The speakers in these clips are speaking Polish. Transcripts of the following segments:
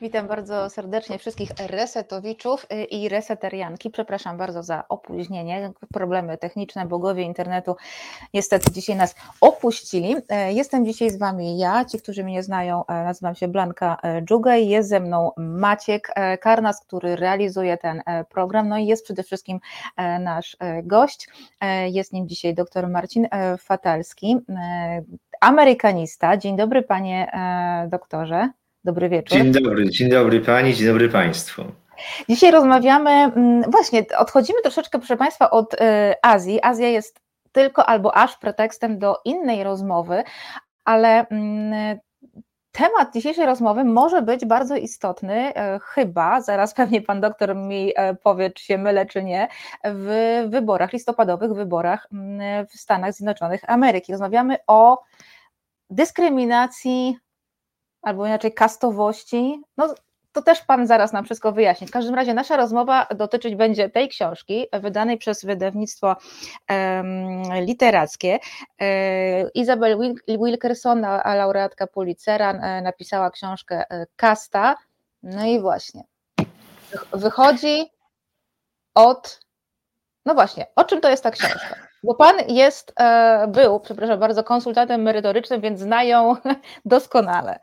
Witam bardzo serdecznie wszystkich resetowiczów i resetarianki. Przepraszam bardzo za opóźnienie, problemy techniczne, bogowie internetu niestety dzisiaj nas opuścili. Jestem dzisiaj z Wami ja, ci, którzy mnie znają, nazywam się Blanka Dżugaj, jest ze mną Maciek Karnas, który realizuje ten program, no i jest przede wszystkim nasz gość, jest nim dzisiaj dr Marcin Fatalski, amerykanista. Dzień dobry panie doktorze. Dobry wieczór. Dzień dobry Pani, dzień dobry Państwu. Dzisiaj rozmawiamy, właśnie odchodzimy troszeczkę, proszę Państwa, od Azji. Azja jest tylko albo aż pretekstem do innej rozmowy, ale temat dzisiejszej rozmowy może być bardzo istotny, chyba, zaraz pewnie Pan doktor mi powie, czy się mylę, czy nie, w wyborach, listopadowych wyborach w Stanach Zjednoczonych Ameryki. Rozmawiamy o dyskryminacji, albo inaczej kastowości, no to też Pan zaraz nam wszystko wyjaśni. W każdym razie nasza rozmowa dotyczyć będzie tej książki, wydanej przez wydawnictwo literackie. Isabel Wilkerson, laureatka Pulitzera, napisała książkę Kasta, no i właśnie, wychodzi no właśnie, o czym to jest ta książka? Bo Pan był, przepraszam bardzo, konsultantem merytorycznym, więc zna ją doskonale.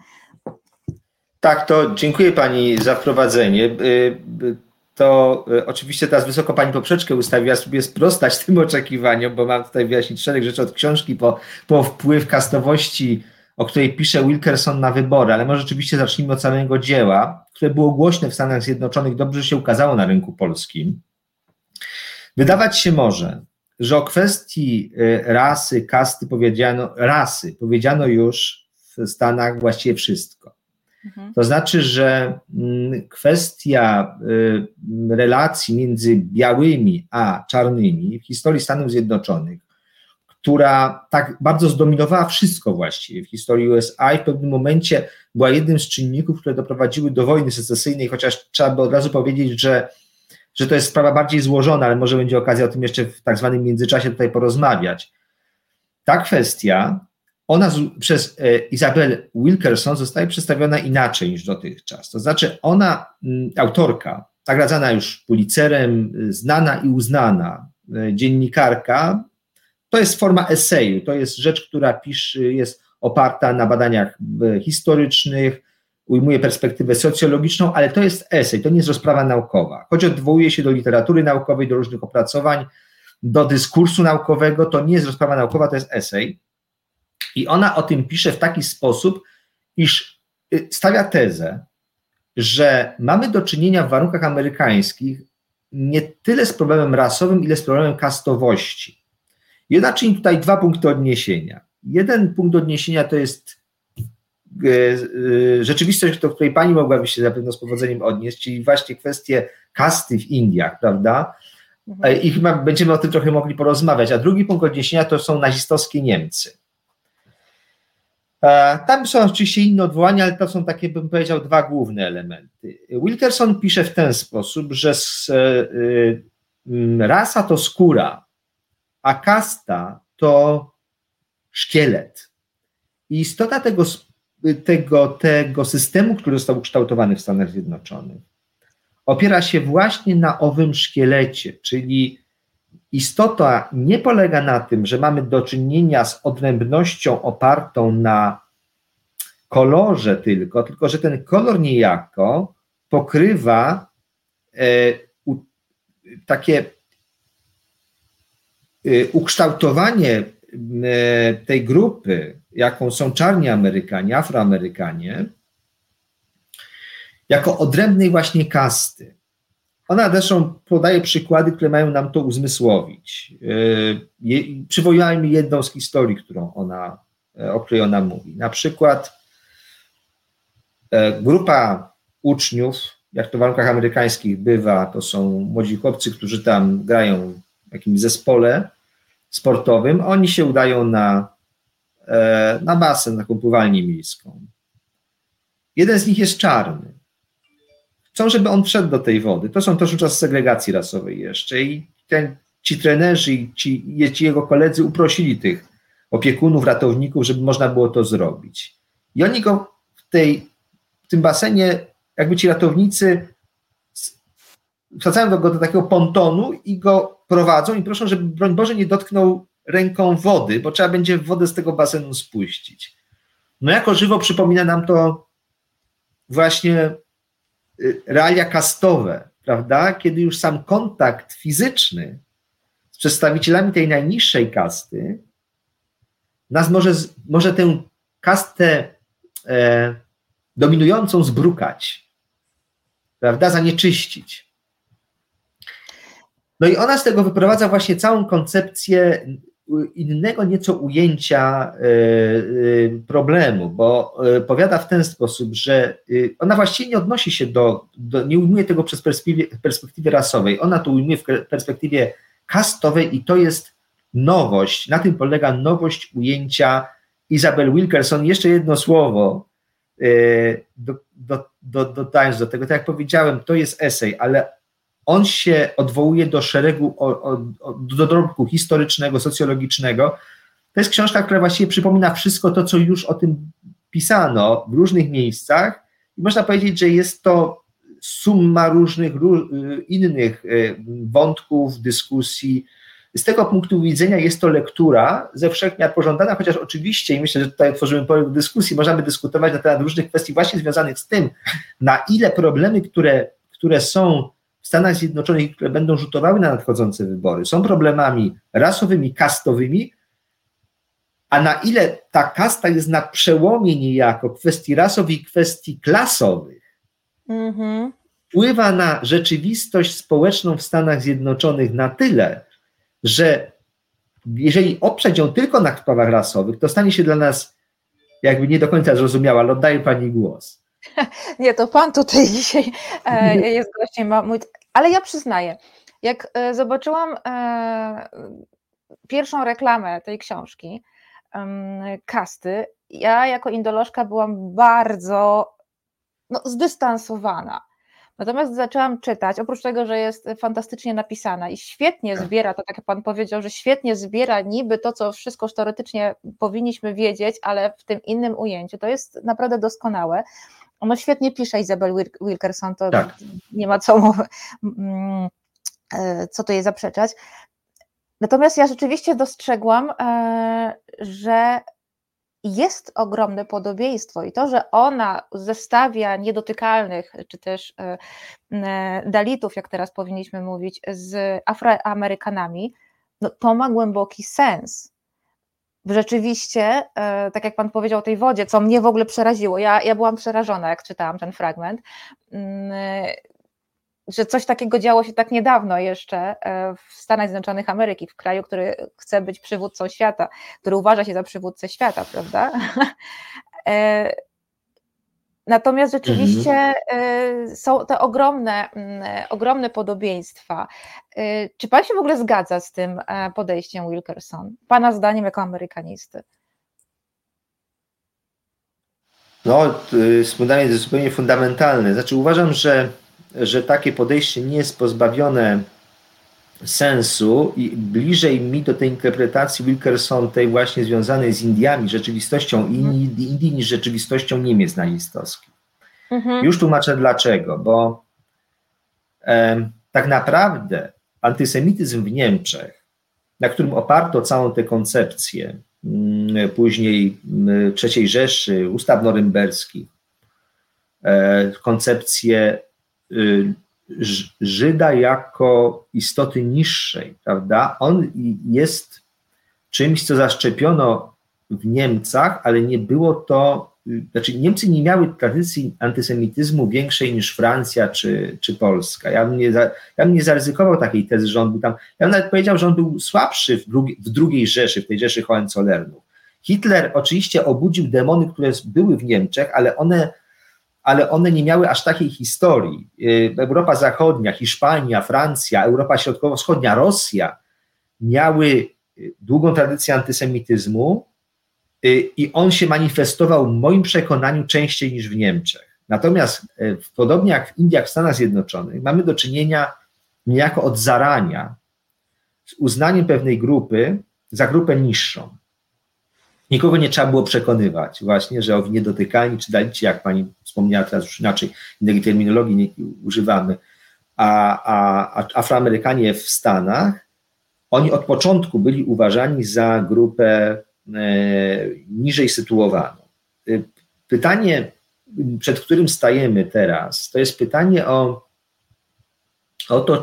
Tak, to dziękuję Pani za wprowadzenie. To oczywiście teraz wysoko Pani poprzeczkę ustawiła, spróbuję sprostać tym oczekiwaniom, bo mam tutaj wyjaśnić szereg rzeczy od książki po wpływ kastowości, o której pisze Wilkerson na wybory, ale może rzeczywiście zacznijmy od samego dzieła, które było głośne w Stanach Zjednoczonych, dobrze się ukazało na rynku polskim. Wydawać się może, że o kwestii rasy, kasty powiedziano już w Stanach właściwie wszystko. To znaczy, że kwestia relacji między białymi a czarnymi w historii Stanów Zjednoczonych, która tak bardzo zdominowała wszystko właściwie w historii USA i w pewnym momencie była jednym z czynników, które doprowadziły do wojny secesyjnej, chociaż trzeba by od razu powiedzieć, że to jest sprawa bardziej złożona, ale może będzie okazja o tym jeszcze w tak zwanym międzyczasie tutaj porozmawiać. Ta kwestia, ona przez Isabel Wilkerson zostaje przedstawiona inaczej niż dotychczas. To znaczy ona, autorka, nagradzana już Pulitzerem, znana i uznana dziennikarka, to jest forma eseju, to jest rzecz, która jest oparta na badaniach historycznych, ujmuje perspektywę socjologiczną, ale to jest esej, to nie jest rozprawa naukowa. Choć odwołuje się do literatury naukowej, do różnych opracowań, do dyskursu naukowego, to nie jest rozprawa naukowa, to jest esej. I ona o tym pisze w taki sposób, iż stawia tezę, że mamy do czynienia w warunkach amerykańskich nie tyle z problemem rasowym, ile z problemem kastowości. I ona czyni tutaj dwa punkty odniesienia. Jeden punkt odniesienia to jest rzeczywistość, do której Pani mogłaby się zapewne z powodzeniem odnieść, czyli właśnie kwestie kasty w Indiach, prawda? I chyba będziemy o tym trochę mogli porozmawiać. A drugi punkt odniesienia to są nazistowskie Niemcy. Tam są oczywiście inne odwołania, ale to są takie, bym powiedział, dwa główne elementy. Wilkerson pisze w ten sposób, że rasa to skóra, a kasta to szkielet. I istota tego systemu, który został ukształtowany w Stanach Zjednoczonych, opiera się właśnie na owym szkielecie, czyli istota nie polega na tym, że mamy do czynienia z odrębnością opartą na kolorze tylko że ten kolor niejako pokrywa takie ukształtowanie tej grupy, jaką są czarni Amerykanie, Afroamerykanie, jako odrębnej właśnie kasty. Ona zresztą podaje przykłady, które mają nam to uzmysłowić. Przywołałem jedną z historii, o której ona mówi. Na przykład grupa uczniów, jak to w warunkach amerykańskich bywa, to są młodzi chłopcy, którzy tam grają w jakimś zespole sportowym, oni się udają na basen, na pływalnię miejską. Jeden z nich jest czarny. Chcą, żeby on wszedł do tej wody. To są czas segregacji rasowej jeszcze i ci trenerzy i ci jego koledzy uprosili tych opiekunów, ratowników, żeby można było to zrobić. I oni go w tym basenie jakby ci ratownicy wsadzają go do takiego pontonu i go prowadzą i proszą, żeby broń Boże nie dotknął ręką wody, bo trzeba będzie wodę z tego basenu spuścić. No jako żywo przypomina nam to właśnie realia kastowe, prawda? Kiedy już sam kontakt fizyczny z przedstawicielami tej najniższej kasty nas może tę kastę dominującą zbrukać, prawda? Zanieczyścić. No i ona z tego wyprowadza właśnie całą koncepcję innego nieco ujęcia problemu, bo powiada w ten sposób, że ona właściwie nie odnosi się nie ujmuje tego przez perspektywie rasowej, ona to ujmuje w perspektywie kastowej i to jest nowość, na tym polega nowość ujęcia Isabel Wilkerson. Jeszcze jedno słowo dodając do tego, tak jak powiedziałem, to jest esej, ale on się odwołuje do szeregu, do dorobku historycznego, socjologicznego. To jest książka, która właściwie przypomina wszystko to, co już o tym pisano w różnych miejscach i można powiedzieć, że jest to summa różnych innych wątków, dyskusji. Z tego punktu widzenia jest to lektura ze wszechmiar pożądana, chociaż oczywiście, i myślę, że tutaj otworzymy pole do dyskusji, możemy dyskutować na temat różnych kwestii właśnie związanych z tym, na ile problemy, które są w Stanach Zjednoczonych, które będą rzutowały na nadchodzące wybory, są problemami rasowymi, kastowymi, a na ile ta kasta jest na przełomie niejako kwestii rasowych i kwestii klasowych, wpływa na rzeczywistość społeczną w Stanach Zjednoczonych na tyle, że jeżeli oprzeć ją tylko na sprawach rasowych, to stanie się dla nas jakby nie do końca zrozumiała, ale oddaję pani głos. Nie, to pan tutaj dzisiaj jest gościem, ale ja przyznaję, jak zobaczyłam pierwszą reklamę tej książki, Kasty, ja jako indolożka byłam bardzo zdystansowana. Natomiast zaczęłam czytać, oprócz tego, że jest fantastycznie napisana i świetnie zbiera, to tak jak pan powiedział, że świetnie zbiera niby to, co wszystko już teoretycznie powinniśmy wiedzieć, ale w tym innym ujęciu, to jest naprawdę doskonałe. Ono świetnie pisze, Isabel Wilkerson, to tak. Nie ma co tu jej zaprzeczać. Natomiast ja rzeczywiście dostrzegłam, że jest ogromne podobieństwo i to, że ona zestawia niedotykalnych, czy też Dalitów, jak teraz powinniśmy mówić, z Afroamerykanami, no to ma głęboki sens. Rzeczywiście, tak jak pan powiedział o tej wodzie, co mnie w ogóle przeraziło, ja byłam przerażona, jak czytałam ten fragment, że coś takiego działo się tak niedawno jeszcze w Stanach Zjednoczonych Ameryki, w kraju, który chce być przywódcą świata, który uważa się za przywódcę świata, prawda? Natomiast rzeczywiście są te ogromne podobieństwa. Czy pan się w ogóle zgadza z tym podejściem Wilkerson? Pana zdaniem jako amerykanisty? No, spotkanie jest zupełnie fundamentalne. Znaczy uważam, że takie podejście nie jest pozbawione sensu i bliżej mi do tej interpretacji Wilkerson, tej właśnie związanej z Indiami, rzeczywistością Indii niż rzeczywistością Niemiec nazistowskich. Już tłumaczę dlaczego, bo tak naprawdę antysemityzm w Niemczech, na którym oparto całą tę koncepcję później III Rzeszy, ustaw norymberskich, koncepcję Żyda jako istoty niższej, prawda? On jest czymś, co zaszczepiono w Niemcach, ale nie było to, znaczy Niemcy nie miały tradycji antysemityzmu większej niż Francja czy Polska. Ja bym nie zaryzykował takiej tezy, że on był tam, ja bym nawet powiedział, że on był słabszy w drugiej Rzeszy, w tej Rzeszy Hohenzollernów. Hitler oczywiście obudził demony, które były w Niemczech, ale one nie miały aż takiej historii. Europa Zachodnia, Hiszpania, Francja, Europa Środkowo-Wschodnia, Rosja miały długą tradycję antysemityzmu i on się manifestował w moim przekonaniu częściej niż w Niemczech. Natomiast podobnie jak w Indiach, w Stanach Zjednoczonych, mamy do czynienia niejako od zarania z uznaniem pewnej grupy za grupę niższą. Nikogo nie trzeba było przekonywać właśnie, że owi niedotykalni czy Dalici, jak pani wspomniała teraz już inaczej, innej terminologii nie używamy, a Afroamerykanie w Stanach, oni od początku byli uważani za grupę niżej sytuowaną. Pytanie, przed którym stajemy teraz, to jest pytanie o to,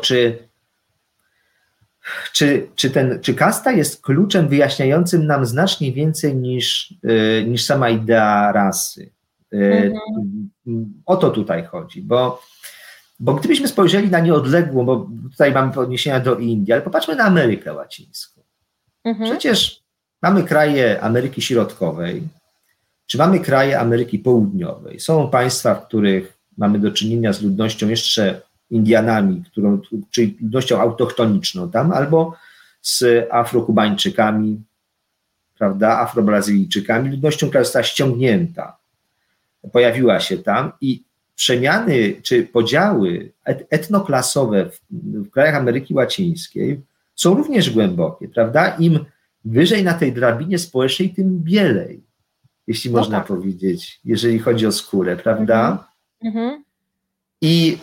czy kasta jest kluczem wyjaśniającym nam znacznie więcej niż sama idea rasy. O to tutaj chodzi, bo gdybyśmy spojrzeli na nieodległą, bo tutaj mamy odniesienia do Indii, ale popatrzmy na Amerykę Łacińską. Przecież mamy kraje Ameryki Środkowej, czy mamy kraje Ameryki Południowej. Są państwa, w których mamy do czynienia z ludnością jeszcze Indianami, czyli ludnością autochtoniczną tam, albo z Afrokubańczykami, prawda, Afrobrazylijczykami, ludnością, która została ściągnięta, pojawiła się tam i przemiany czy podziały etnoklasowe w krajach Ameryki Łacińskiej są również głębokie, prawda? Im wyżej na tej drabinie społecznej, tym bielej, jeśli można powiedzieć, jeżeli chodzi o skórę, prawda? I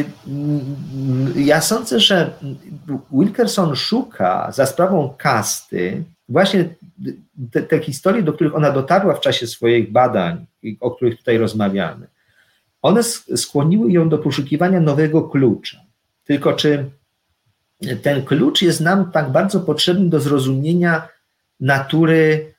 ja sądzę, że Wilkerson szuka za sprawą kasty właśnie te historie, do których ona dotarła w czasie swoich badań, o których tutaj rozmawiamy. One skłoniły ją do poszukiwania nowego klucza. Tylko czy ten klucz jest nam tak bardzo potrzebny do zrozumienia natury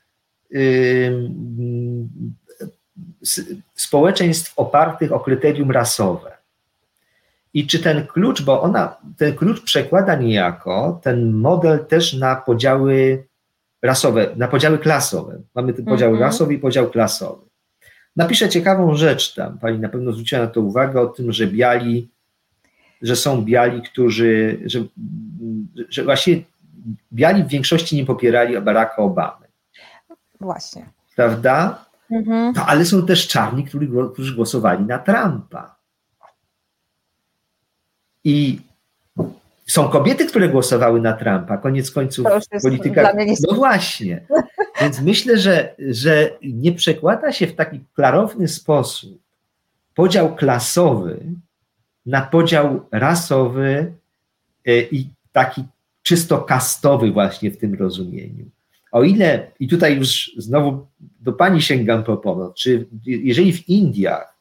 społeczeństw opartych o kryterium rasowe. I czy ten klucz, bo ten klucz przekłada niejako ten model też na podziały rasowe, na podziały klasowe. Mamy ten podział rasowy i podział klasowy. Napiszę ciekawą rzecz tam, pani na pewno zwróciła na to uwagę, o tym, że są biali, którzy, że właśnie biali w większości nie popierali Baracka Obamy. Właśnie. Prawda? No, ale są też czarni, którzy głosowali na Trumpa. I są kobiety, które głosowały na Trumpa. Koniec końców polityka. No właśnie. Więc myślę, że nie przekłada się w taki klarowny sposób podział klasowy na podział rasowy i taki czysto kastowy właśnie w tym rozumieniu. O ile, i tutaj już znowu do pani sięgam po pomoc, czy jeżeli w Indiach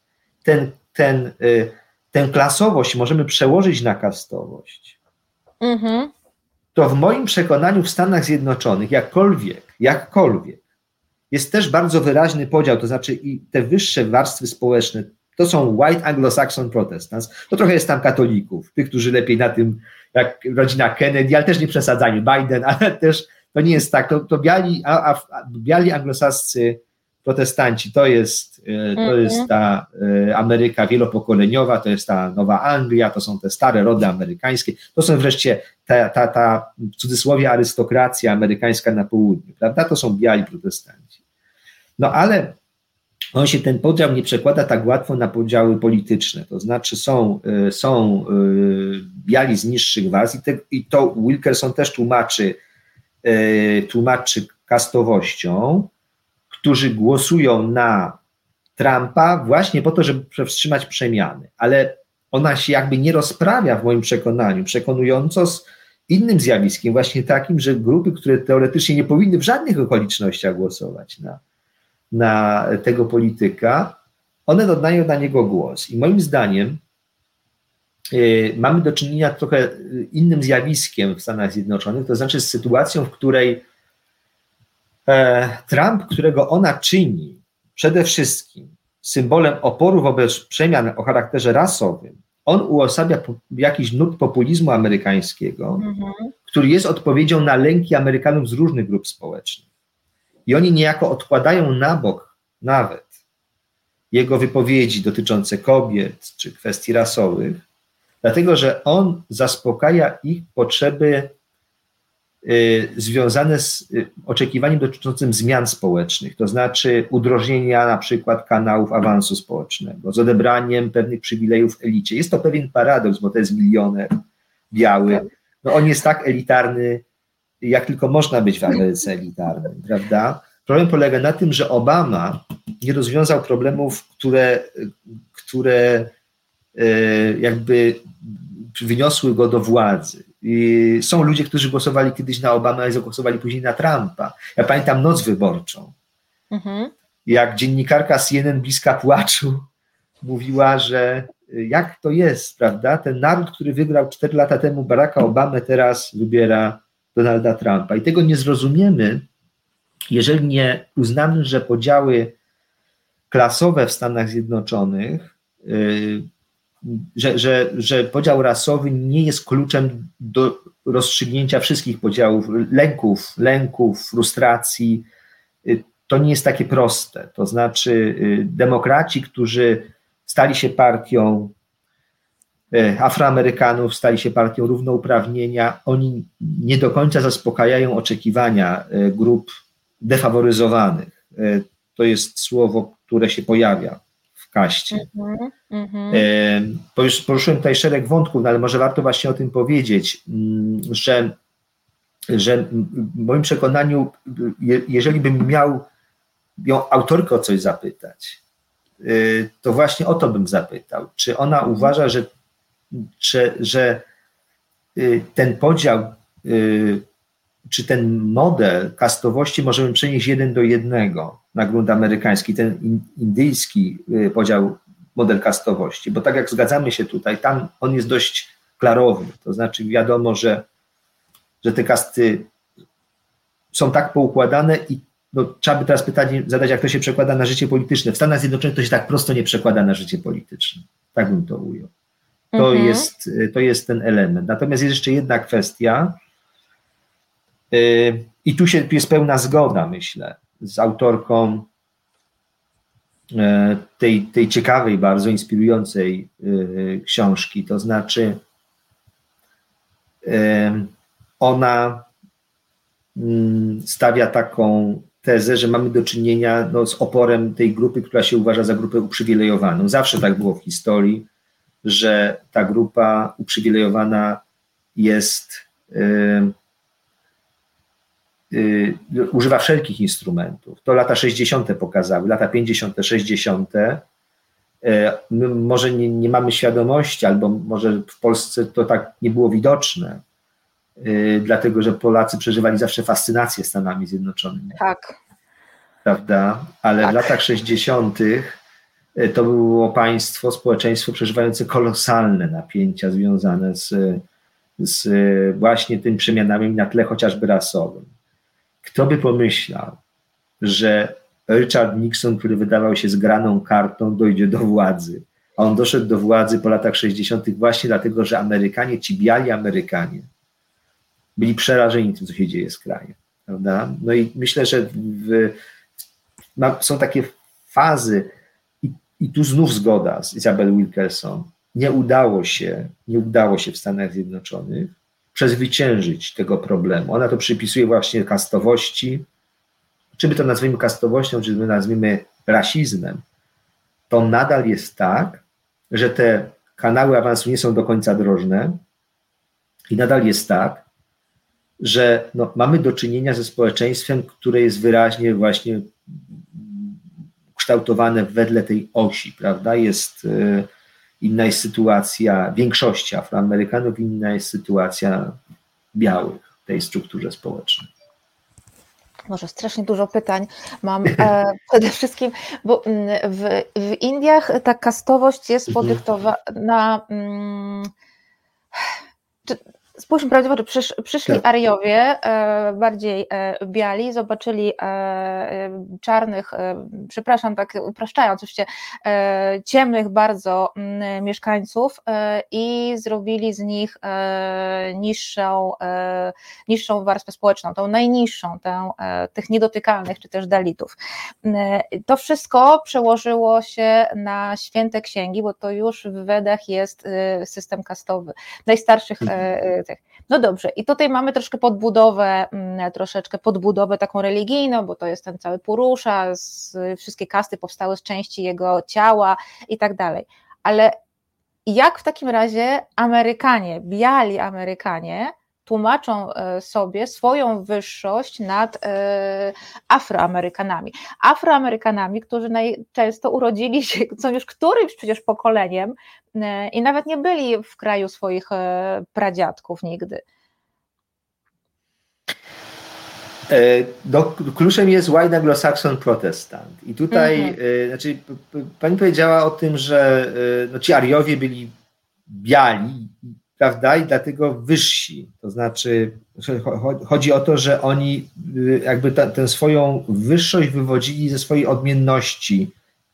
tę klasowość możemy przełożyć na kastowość, to w moim przekonaniu w Stanach Zjednoczonych jakkolwiek jest też bardzo wyraźny podział, to znaczy i te wyższe warstwy społeczne, to są white Anglo-Saxon Protestants, to trochę jest tam katolików, tych, którzy lepiej na tym, jak rodzina Kennedy, ale też nie przesadzajmy, Biden, ale też to nie jest tak, to biali anglosascy protestanci, to jest ta Ameryka wielopokoleniowa, to jest ta Nowa Anglia, to są te stare rody amerykańskie, to są wreszcie ta w cudzysłowie arystokracja amerykańska na południu, prawda? To są biali protestanci. No ale ten podział nie przekłada tak łatwo na podziały polityczne, to znaczy są biali z niższych warstw i to Wilkerson też tłumaczy kastowością, którzy głosują na Trumpa właśnie po to, żeby powstrzymać przemiany. Ale ona się jakby nie rozprawia w moim przekonaniu przekonująco z innym zjawiskiem, właśnie takim, że grupy, które teoretycznie nie powinny w żadnych okolicznościach głosować na tego polityka, one oddają na niego głos. I moim zdaniem mamy do czynienia trochę innym zjawiskiem w Stanach Zjednoczonych, to znaczy z sytuacją, w której Trump, którego ona czyni przede wszystkim symbolem oporu wobec przemian o charakterze rasowym, on uosabia jakiś nurt populizmu amerykańskiego, który jest odpowiedzią na lęki Amerykanów z różnych grup społecznych. I oni niejako odkładają na bok nawet jego wypowiedzi dotyczące kobiet czy kwestii rasowych, dlatego że on zaspokaja ich potrzeby związane z oczekiwaniem dotyczącym zmian społecznych, to znaczy udrożnienia na przykład kanałów awansu społecznego, z odebraniem pewnych przywilejów elicie. Jest to pewien paradoks, bo to jest milioner biały. No on jest tak elitarny, jak tylko można być w Ameryce elitarnym, prawda? Problem polega na tym, że Obama nie rozwiązał problemów, które jakby wyniosły go do władzy. I są ludzie, którzy głosowali kiedyś na Obamę, a głosowali później na Trumpa. Ja pamiętam noc wyborczą. Jak dziennikarka CNN bliska płaczu mówiła, że jak to jest, prawda? Ten naród, który wygrał 4 lata temu Baracka Obamę, teraz wybiera Donalda Trumpa. I tego nie zrozumiemy, jeżeli nie uznamy, że podziały klasowe w Stanach Zjednoczonych, że podział rasowy nie jest kluczem do rozstrzygnięcia wszystkich podziałów, lęków, frustracji. To nie jest takie proste. To znaczy demokraci, którzy stali się partią Afroamerykanów, stali się partią równouprawnienia, oni nie do końca zaspokajają oczekiwania grup defaworyzowanych. To jest słowo, które się pojawia w kaście. Poruszyłem tutaj szereg wątków, no ale może warto właśnie o tym powiedzieć, że w moim przekonaniu, jeżeli bym miał ją autorkę o coś zapytać, to właśnie o to bym zapytał. Czy ona uważa, że ten podział, czy ten model kastowości możemy przenieść 1:1 na grunt amerykański, ten indyjski podział, model kastowości, bo tak jak zgadzamy się tutaj, tam on jest dość klarowny, to znaczy wiadomo, że te kasty są tak poukładane i trzeba by teraz pytanie zadać, jak to się przekłada na życie polityczne. W Stanach Zjednoczonych to się tak prosto nie przekłada na życie polityczne. Tak bym to ujął. To jest ten element. Natomiast jest jeszcze jedna kwestia i tu jest pełna zgoda, myślę, z autorką tej ciekawej, bardzo inspirującej książki. To znaczy ona stawia taką tezę, że mamy do czynienia z oporem tej grupy, która się uważa za grupę uprzywilejowaną. Zawsze tak było w historii, że ta grupa uprzywilejowana jest, używa wszelkich instrumentów. To lata 60. pokazały, lata 50., 60. My może nie mamy świadomości, albo może w Polsce to tak nie było widoczne, dlatego że Polacy przeżywali zawsze fascynację Stanami Zjednoczonymi. Tak. Prawda? Ale w latach 60. to było społeczeństwo przeżywające kolosalne napięcia związane z właśnie tym przemianami na tle chociażby rasowym. Kto by pomyślał, że Richard Nixon, który wydawał się zgraną kartą, dojdzie do władzy, a on doszedł do władzy po latach 60. właśnie dlatego, że Amerykanie, ci biali Amerykanie, byli przerażeni tym, co się dzieje z krajem. Prawda? No i myślę, że są takie fazy i tu znów zgoda z Isabel Wilkerson. Nie udało się w Stanach Zjednoczonych przezwyciężyć tego problemu. Ona to przypisuje właśnie kastowości, czy my to nazwijmy kastowością, czy my nazwijmy rasizmem. To nadal jest tak, że te kanały awansu nie są do końca drożne i nadal jest tak, że mamy do czynienia ze społeczeństwem, które jest wyraźnie właśnie kształtowane wedle tej osi, prawda? Inna jest sytuacja większości Afroamerykanów, inna jest sytuacja białych w tej strukturze społecznej. Może strasznie dużo pytań mam przede wszystkim, bo w Indiach ta kastowość jest podyktowana. Spójrzmy prawdziwie, że przyszli Ariowie, bardziej biali, zobaczyli czarnych, przepraszam, tak upraszczając oczywiście, ciemnych bardzo mieszkańców i zrobili z nich niższą warstwę społeczną, tą najniższą, tych niedotykalnych, czy też dalitów. To wszystko przełożyło się na święte księgi, bo to już w Wedach jest system kastowy, najstarszych No dobrze, i tutaj mamy troszeczkę podbudowę taką religijną, bo to jest ten cały Purusza, wszystkie kasty powstały z części jego ciała i tak dalej. Ale jak w takim razie Amerykanie, biali Amerykanie tłumaczą sobie swoją wyższość nad Afroamerykanami. Afroamerykanami, którzy często urodzili się, są już którymś przecież pokoleniem i nawet nie byli w kraju swoich pradziadków nigdy. Kluczem jest White Anglo-Saxon Protestant. I tutaj znaczy, pani powiedziała o tym, że ci Ariowie byli biali, prawda, i dlatego wyżsi. To znaczy, chodzi o to, że oni jakby tę swoją wyższość wywodzili ze swojej odmienności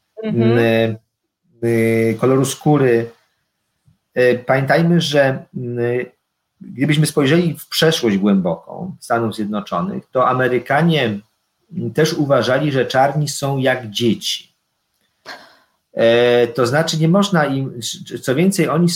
koloru skóry. Pamiętajmy, że gdybyśmy spojrzeli w przeszłość głęboką Stanów Zjednoczonych, to Amerykanie też uważali, że czarni są jak dzieci. To znaczy nie można im, co więcej, oni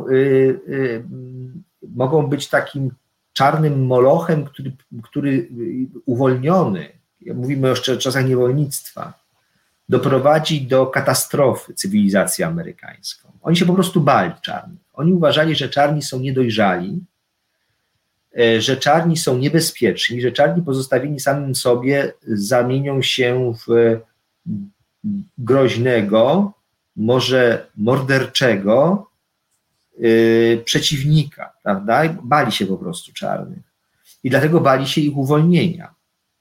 mogą być takim czarnym molochem, który uwolniony, mówimy o czasach niewolnictwa, doprowadzi do katastrofy cywilizacji amerykańską. Oni się po prostu bali czarnych. Oni uważali, że czarni są niedojrzali, że czarni są niebezpieczni, że czarni pozostawieni samym sobie zamienią się w groźnego, może morderczego przeciwnika, prawda? Bali się po prostu czarnych. I dlatego bali się ich uwolnienia.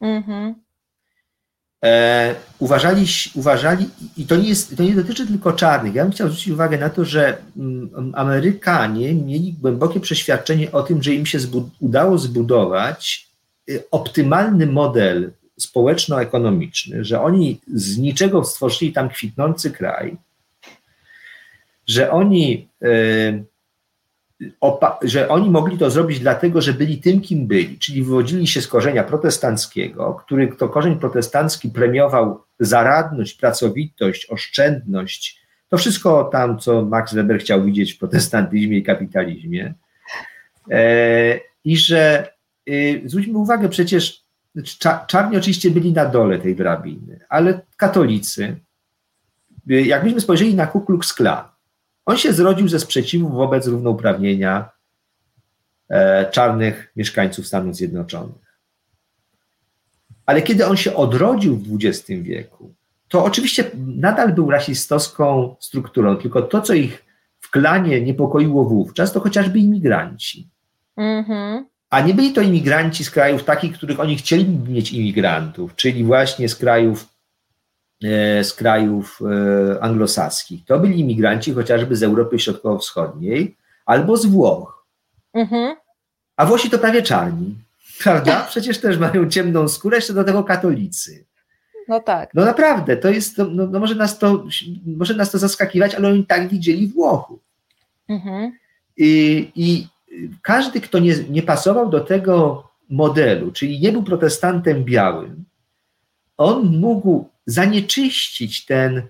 Uważali, i to nie dotyczy tylko czarnych. Ja bym chciał zwrócić uwagę na to, że Amerykanie mieli głębokie przeświadczenie o tym, że im się udało zbudować optymalny model społeczno-ekonomiczny, że oni z niczego stworzyli tam kwitnący kraj, że oni mogli to zrobić dlatego, że byli tym, kim byli, czyli wywodzili się z korzenia protestanckiego, który to korzeń protestancki premiował zaradność, pracowitość, oszczędność, to wszystko tam, co Max Weber chciał widzieć w protestantyzmie i kapitalizmie. I że zwróćmy uwagę, przecież czarni oczywiście byli na dole tej drabiny, ale katolicy, jakbyśmy spojrzeli na Ku Klux Klan, on się zrodził ze sprzeciwu wobec równouprawnienia czarnych mieszkańców Stanów Zjednoczonych. Ale kiedy on się odrodził w XX wieku, to oczywiście nadal był rasistowską strukturą, tylko to, co ich w klanie niepokoiło wówczas, to chociażby imigranci. A nie byli to imigranci z krajów takich, których oni chcieli mieć imigrantów, czyli właśnie z krajów anglosaskich. To byli imigranci chociażby z Europy Środkowo-Wschodniej albo z Włoch. A Włosi to prawie czarni, prawda? Przecież też mają ciemną skórę, jeszcze do tego katolicy. No tak. No naprawdę, to jest, może nas to zaskakiwać, ale oni tak widzieli Włochów. I każdy, kto nie pasował do tego modelu, czyli nie był protestantem białym, on mógł zanieczyścić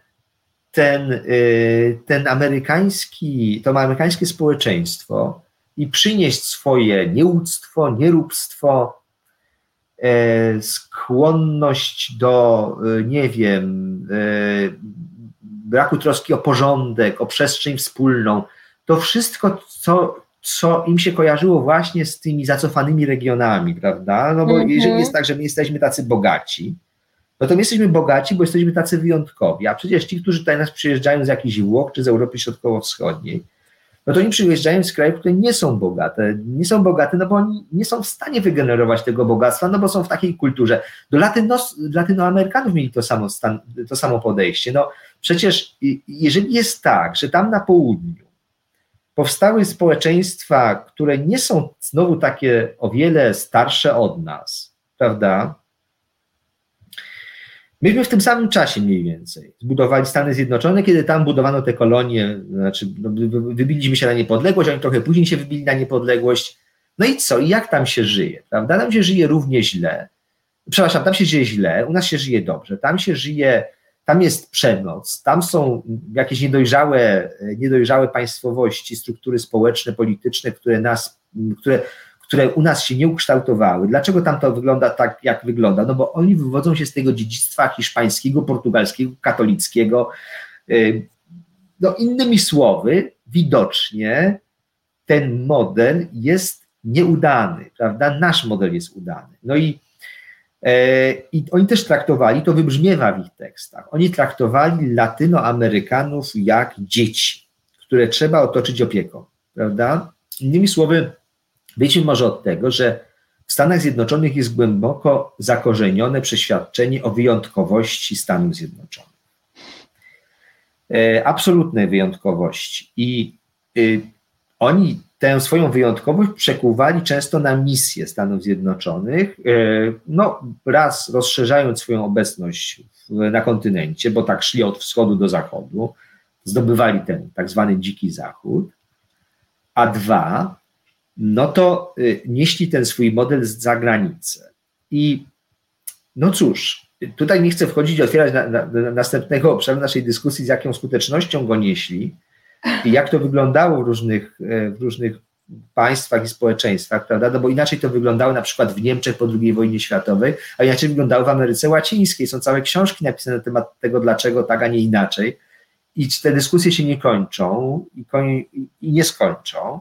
to amerykańskie społeczeństwo i przynieść swoje nieuctwo, nieróbstwo, skłonność do, nie wiem, braku troski o porządek, o przestrzeń wspólną. To wszystko, co im się kojarzyło właśnie z tymi zacofanymi regionami, prawda? No bo jeżeli jest tak, że my jesteśmy tacy bogaci, no to my jesteśmy bogaci, bo jesteśmy tacy wyjątkowi, a przecież ci, którzy tutaj nas przyjeżdżają z jakichś Włoch czy z Europy Środkowo-Wschodniej, no to oni przyjeżdżają z krajów, które nie są bogate. Nie są bogate, no bo oni nie są w stanie wygenerować tego bogactwa, no bo są w takiej kulturze. Do Latynoamerykanów mieli to samo podejście. No przecież jeżeli jest tak, że tam na południu powstały społeczeństwa, które nie są znowu takie o wiele starsze od nas, prawda? Myśmy w tym samym czasie mniej więcej zbudowali Stany Zjednoczone, kiedy tam budowano te kolonie, znaczy wybiliśmy się na niepodległość, oni trochę później się wybili na niepodległość. No i co? I jak tam się żyje, prawda? Tam się żyje równie źle. Przepraszam, tam się żyje źle, u nas się żyje dobrze. Tam jest przemoc, tam są jakieś niedojrzałe państwowości, struktury społeczne, polityczne, które u nas się nie ukształtowały. Dlaczego tam to wygląda tak, jak wygląda? No bo oni wywodzą się z tego dziedzictwa hiszpańskiego, portugalskiego, katolickiego. No innymi słowy, widocznie ten model jest nieudany, prawda? Nasz model jest udany. No i oni też traktowali, to wybrzmiewa w ich tekstach, oni traktowali Latynoamerykanów jak dzieci, które trzeba otoczyć opieką, prawda? Innymi słowy, wyjdźmy może od tego, że w Stanach Zjednoczonych jest głęboko zakorzenione przeświadczenie o wyjątkowości Stanów Zjednoczonych. Absolutnej wyjątkowości. I oni tę swoją wyjątkowość przekuwali często na misję Stanów Zjednoczonych, no raz rozszerzając swoją obecność na kontynencie, bo tak szli od wschodu do zachodu, zdobywali ten tak zwany dziki zachód, a dwa, no to nieśli ten swój model za granicę. I no cóż, tutaj nie chcę wchodzić i otwierać następnego obszaru naszej dyskusji, z jaką skutecznością go nieśli i jak to wyglądało w różnych państwach i społeczeństwach, prawda? No bo inaczej to wyglądało na przykład w Niemczech po II wojnie światowej, a inaczej wyglądało w Ameryce Łacińskiej. Są całe książki napisane na temat tego, dlaczego tak, a nie inaczej. I te dyskusje się nie kończą i nie skończą.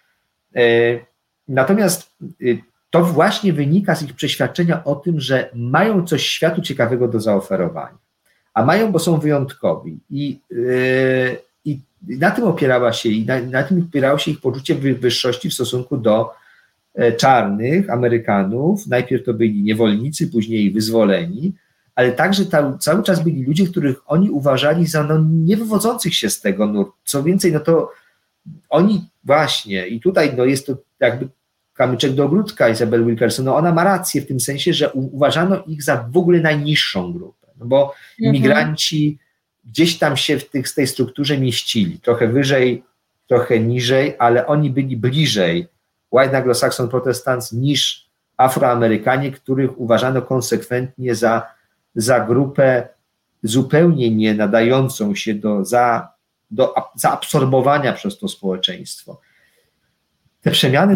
Natomiast to właśnie wynika z ich przeświadczenia o tym, że mają coś światu ciekawego do zaoferowania. A mają, bo są wyjątkowi. I na tym opierała się na tym opierało się ich poczucie wyższości w stosunku do czarnych Amerykanów. Najpierw to byli niewolnicy, później wyzwoleni, ale także cały czas byli ludzie, których oni uważali za nie wywodzących się z tego nurtu. Co więcej, no to oni właśnie, i tutaj jest to jakby kamyczek do ogródka Isabel Wilkerson, ona ma rację w tym sensie, że uważano ich za w ogóle najniższą grupę, bo imigranci gdzieś tam się z tej strukturze mieścili, trochę wyżej, trochę niżej, ale oni byli bliżej White Anglo-Saxon Protestants niż Afroamerykanie, których uważano konsekwentnie za grupę zupełnie nie nadającą się do zaabsorbowania przez to społeczeństwo. Te przemiany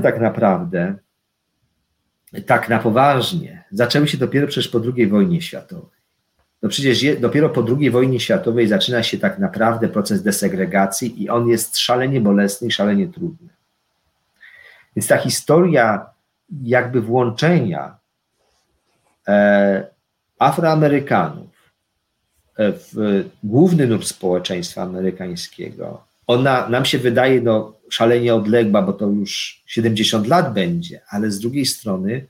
tak na poważnie, zaczęły się dopiero przecież po II wojnie światowej. No przecież dopiero po II wojnie światowej zaczyna się tak naprawdę proces desegregacji i on jest szalenie bolesny i szalenie trudny. Więc ta historia jakby włączenia Afroamerykanów w główny nurt społeczeństwa amerykańskiego, ona nam się wydaje szalenie odległa, bo to już 70 lat będzie, ale z drugiej strony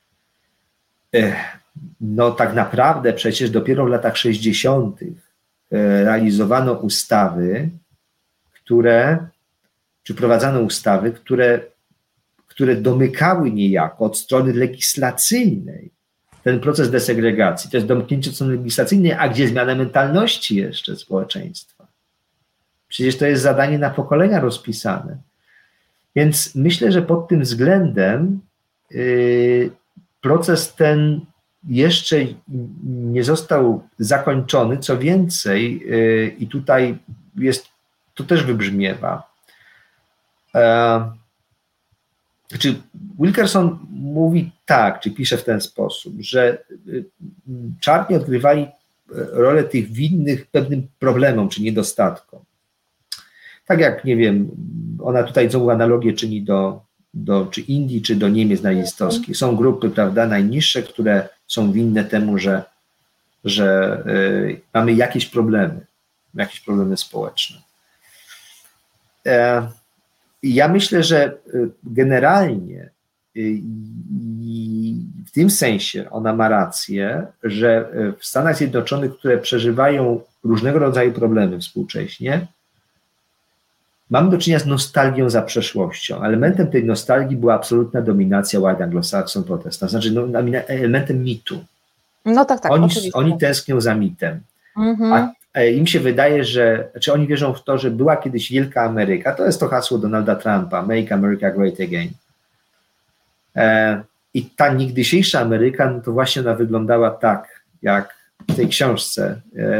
tak naprawdę przecież dopiero w latach 60. realizowano ustawy, wprowadzano ustawy, które domykały niejako od strony legislacyjnej ten proces desegregacji. To jest domknięcie od strony legislacyjnej, a gdzie zmiana mentalności jeszcze społeczeństwa. Przecież to jest zadanie na pokolenia rozpisane. Więc myślę, że pod tym względem proces ten jeszcze nie został zakończony. Co więcej, i tutaj to też wybrzmiewa. Czy Wilkerson mówi tak, czy pisze w ten sposób, że czarni odgrywali rolę tych winnych pewnym problemom czy niedostatkom. Tak jak, nie wiem, ona tutaj znowu analogię czyni czy Indii, czy do Niemiec nazistowskich. Są grupy, prawda, najniższe, które są winne temu, że mamy jakieś problemy społeczne. Ja myślę, że generalnie w tym sensie ona ma rację, że w Stanach Zjednoczonych, które przeżywają różnego rodzaju problemy współcześnie, mamy do czynienia z nostalgią za przeszłością. Elementem tej nostalgii była absolutna dominacja White Anglo-Saxon Protestant, znaczy elementem mitu. No tak, Oni tęsknią za mitem. A im się wydaje, czy oni wierzą w to, że była kiedyś wielka Ameryka, to jest to hasło Donalda Trumpa, Make America Great Again. I ta niegdysiejsza Ameryka, to właśnie ona wyglądała tak, jak w tej książce.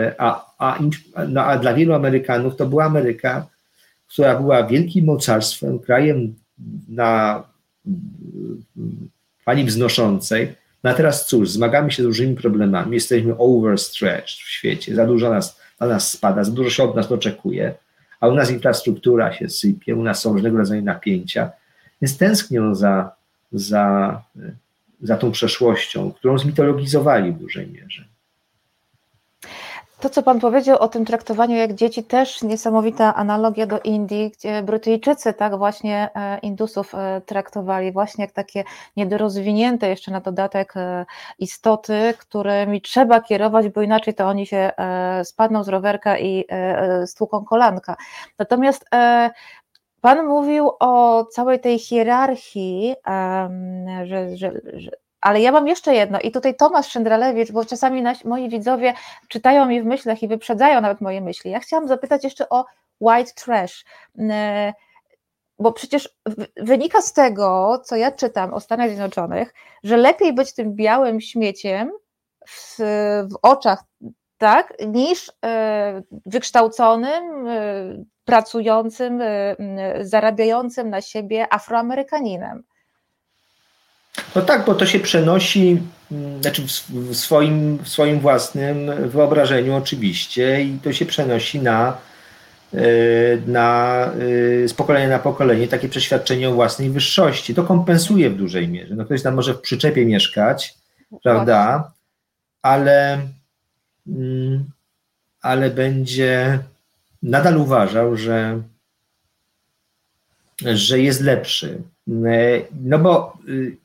A dla wielu Amerykanów to była Ameryka, która była wielkim mocarstwem, krajem na fali wznoszącej. No a teraz cóż, zmagamy się z różnymi problemami, jesteśmy overstretched w świecie, za dużo na nas spada, za dużo się od nas oczekuje, a u nas infrastruktura się sypie, u nas są różnego rodzaju napięcia, Więc tęsknią za tą przeszłością, którą zmitologizowali w dużej mierze. To, co pan powiedział o tym traktowaniu jak dzieci, też niesamowita analogia do Indii, gdzie Brytyjczycy tak właśnie Indusów traktowali właśnie jak takie niedorozwinięte jeszcze na dodatek istoty, którymi trzeba kierować, bo inaczej to oni się spadną z rowerka i stłuką kolanka. Natomiast pan mówił o całej tej hierarchii, ale ja mam jeszcze jedno i tutaj Tomasz Szyndralewicz, bo czasami moi widzowie czytają mi w myślach i wyprzedzają nawet moje myśli. Ja chciałam zapytać jeszcze o white trash, bo przecież wynika z tego, co ja czytam o Stanach Zjednoczonych, że lepiej być tym białym śmieciem w oczach, tak, niż wykształconym, pracującym, zarabiającym na siebie Afroamerykaninem. No tak, bo to się przenosi, znaczy w swoim własnym wyobrażeniu oczywiście i to się przenosi z pokolenia na pokolenie takie przeświadczenie o własnej wyższości. To kompensuje w dużej mierze. No ktoś tam może w przyczepie mieszkać, prawda, ale będzie nadal uważał, że jest lepszy. No bo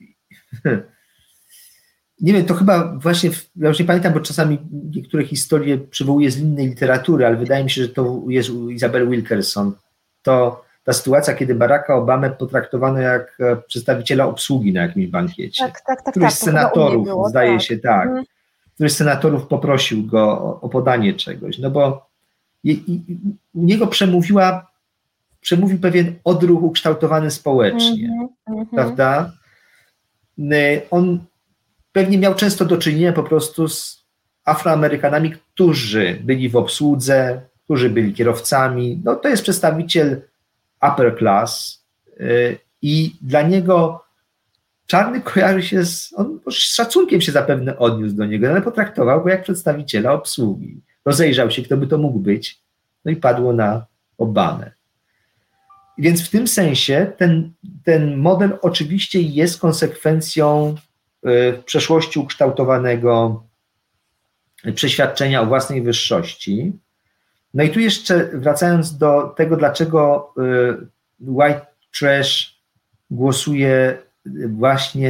nie wiem, to chyba właśnie, ja już nie pamiętam, bo czasami niektóre historie przywołuję z innej literatury, ale wydaje mi się, że to jest u Isabel Wilkerson. To ta sytuacja, kiedy Baracka Obamę potraktowano jak przedstawiciela obsługi na jakimś bankiecie. Tak. Któryś z senatorów, zdaje się, tak. Któryś z senatorów poprosił go o podanie czegoś, no bo u niego przemówił pewien odruch ukształtowany społecznie, prawda? On pewnie miał często do czynienia po prostu z Afroamerykanami, którzy byli w obsłudze, którzy byli kierowcami. No to jest przedstawiciel upper class i dla niego czarny kojarzy się on z szacunkiem się zapewne odniósł do niego, ale potraktował go jak przedstawiciela obsługi. Rozejrzał się, kto by to mógł być, no i padło na Obamę. Więc w tym sensie ten model oczywiście jest konsekwencją w przeszłości ukształtowanego przeświadczenia o własnej wyższości. No i tu jeszcze wracając do tego, dlaczego white trash głosuje właśnie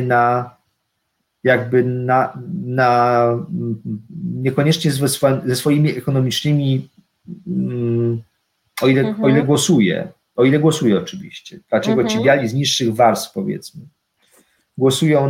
niekoniecznie ze swoimi ekonomicznymi, o ile głosuje. O ile głosuje oczywiście. Dlaczego ci biali z niższych warstw, powiedzmy, głosują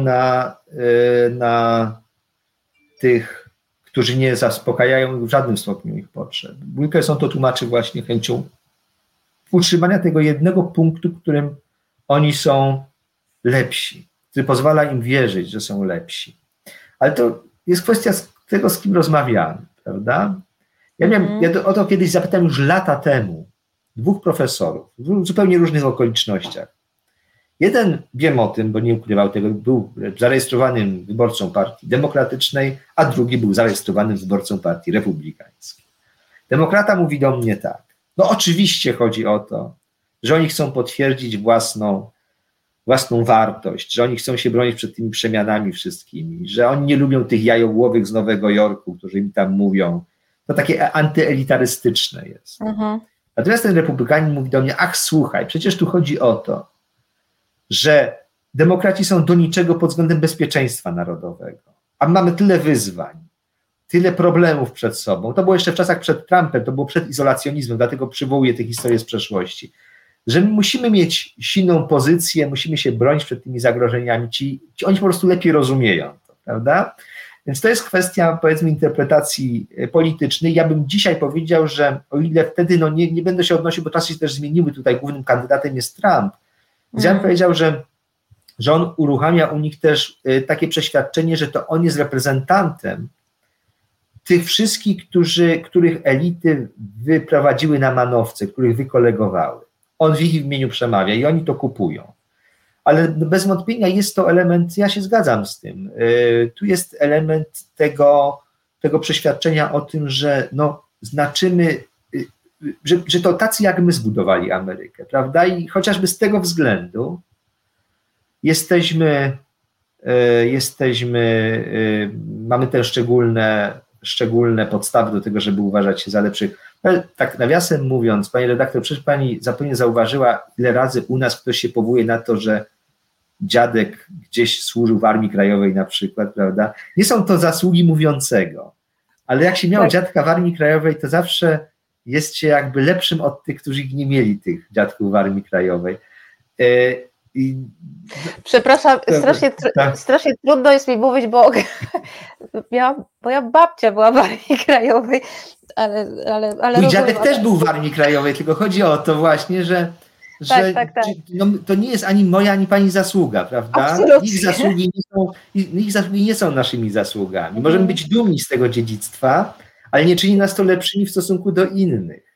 na tych, którzy nie zaspokajają w żadnym stopniu ich potrzeb. Wilkerson to tłumaczy właśnie chęcią utrzymania tego jednego punktu, w którym oni są lepsi, który pozwala im wierzyć, że są lepsi. Ale to jest kwestia tego, z kim rozmawiamy, prawda? Ja o to kiedyś zapytałem już lata temu dwóch profesorów w zupełnie różnych okolicznościach. Jeden, wiem o tym, bo nie ukrywał tego, był zarejestrowanym wyborcą Partii Demokratycznej, a drugi był zarejestrowanym wyborcą Partii Republikańskiej. Demokrata mówi do mnie tak, no oczywiście chodzi o to, że oni chcą potwierdzić własną wartość, że oni chcą się bronić przed tymi przemianami wszystkimi, że oni nie lubią tych jajołłowych z Nowego Jorku, którzy im tam mówią. To takie antyelitarystyczne jest. Natomiast ten republikanin mówi do mnie, ach słuchaj, przecież tu chodzi o to, że demokraci są do niczego pod względem bezpieczeństwa narodowego, a mamy tyle wyzwań, tyle problemów przed sobą. To było jeszcze w czasach przed Trumpem, to było przed izolacjonizmem, dlatego przywołuję tę historię z przeszłości, że my musimy mieć silną pozycję, musimy się bronić przed tymi zagrożeniami. Oni po prostu lepiej rozumieją to, prawda? Więc to jest kwestia, powiedzmy, interpretacji politycznej. Ja bym dzisiaj powiedział, że o ile wtedy nie będę się odnosił, bo czasy się też zmieniły, tutaj głównym kandydatem jest Trump. Więc ja bym powiedział, że on uruchamia u nich też takie przeświadczenie, że to on jest reprezentantem tych wszystkich, których elity wyprowadziły na manowce, których wykolegowały. On w ich imieniu przemawia i oni to kupują. Ale bez wątpienia jest to element, ja się zgadzam z tym, tu jest element tego przeświadczenia o tym, że znaczymy, że to tacy jak my zbudowali Amerykę, prawda? I chociażby z tego względu mamy te szczególne podstawy do tego, żeby uważać się za lepszych. Ale tak nawiasem mówiąc, pani redaktor, przecież pani zapewne zauważyła, ile razy u nas ktoś się powołuje na to, że dziadek gdzieś służył w Armii Krajowej na przykład, prawda? Nie są to zasługi mówiącego, ale jak się miało dziadka w Armii Krajowej, to zawsze jest się jakby lepszym od tych, którzy nie mieli tych dziadków w Armii Krajowej. Przepraszam, strasznie trudno jest mi mówić, bo moja babcia była w Armii Krajowej, ale mój dziadek też był w Armii Krajowej, tylko chodzi o to właśnie, że tak. No, to nie jest ani moja, ani pani zasługa, prawda? Ich zasługi nie są naszymi zasługami. Możemy być dumni z tego dziedzictwa, ale nie czyni nas to lepszymi w stosunku do innych.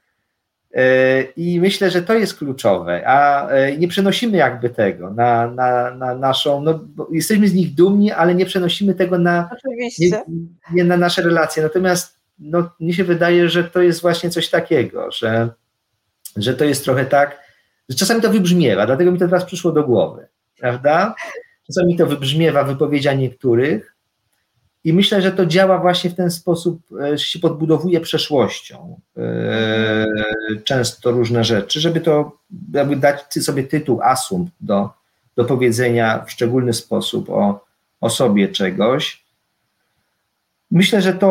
I myślę, że to jest kluczowe, a nie przenosimy jakby tego na naszą, no bo jesteśmy z nich dumni, ale nie przenosimy tego nie na nasze relacje. Natomiast no, mnie się wydaje, że to jest właśnie coś takiego, że to jest trochę tak, że czasami to wybrzmiewa, dlatego mi to teraz przyszło do głowy, prawda? Czasami to wybrzmiewa w wypowiedziach niektórych i myślę, że to działa właśnie w ten sposób, że się podbudowuje przeszłością często różne rzeczy, żeby to jakby dać sobie tytuł, asumpt do powiedzenia w szczególny sposób o sobie czegoś. Myślę, że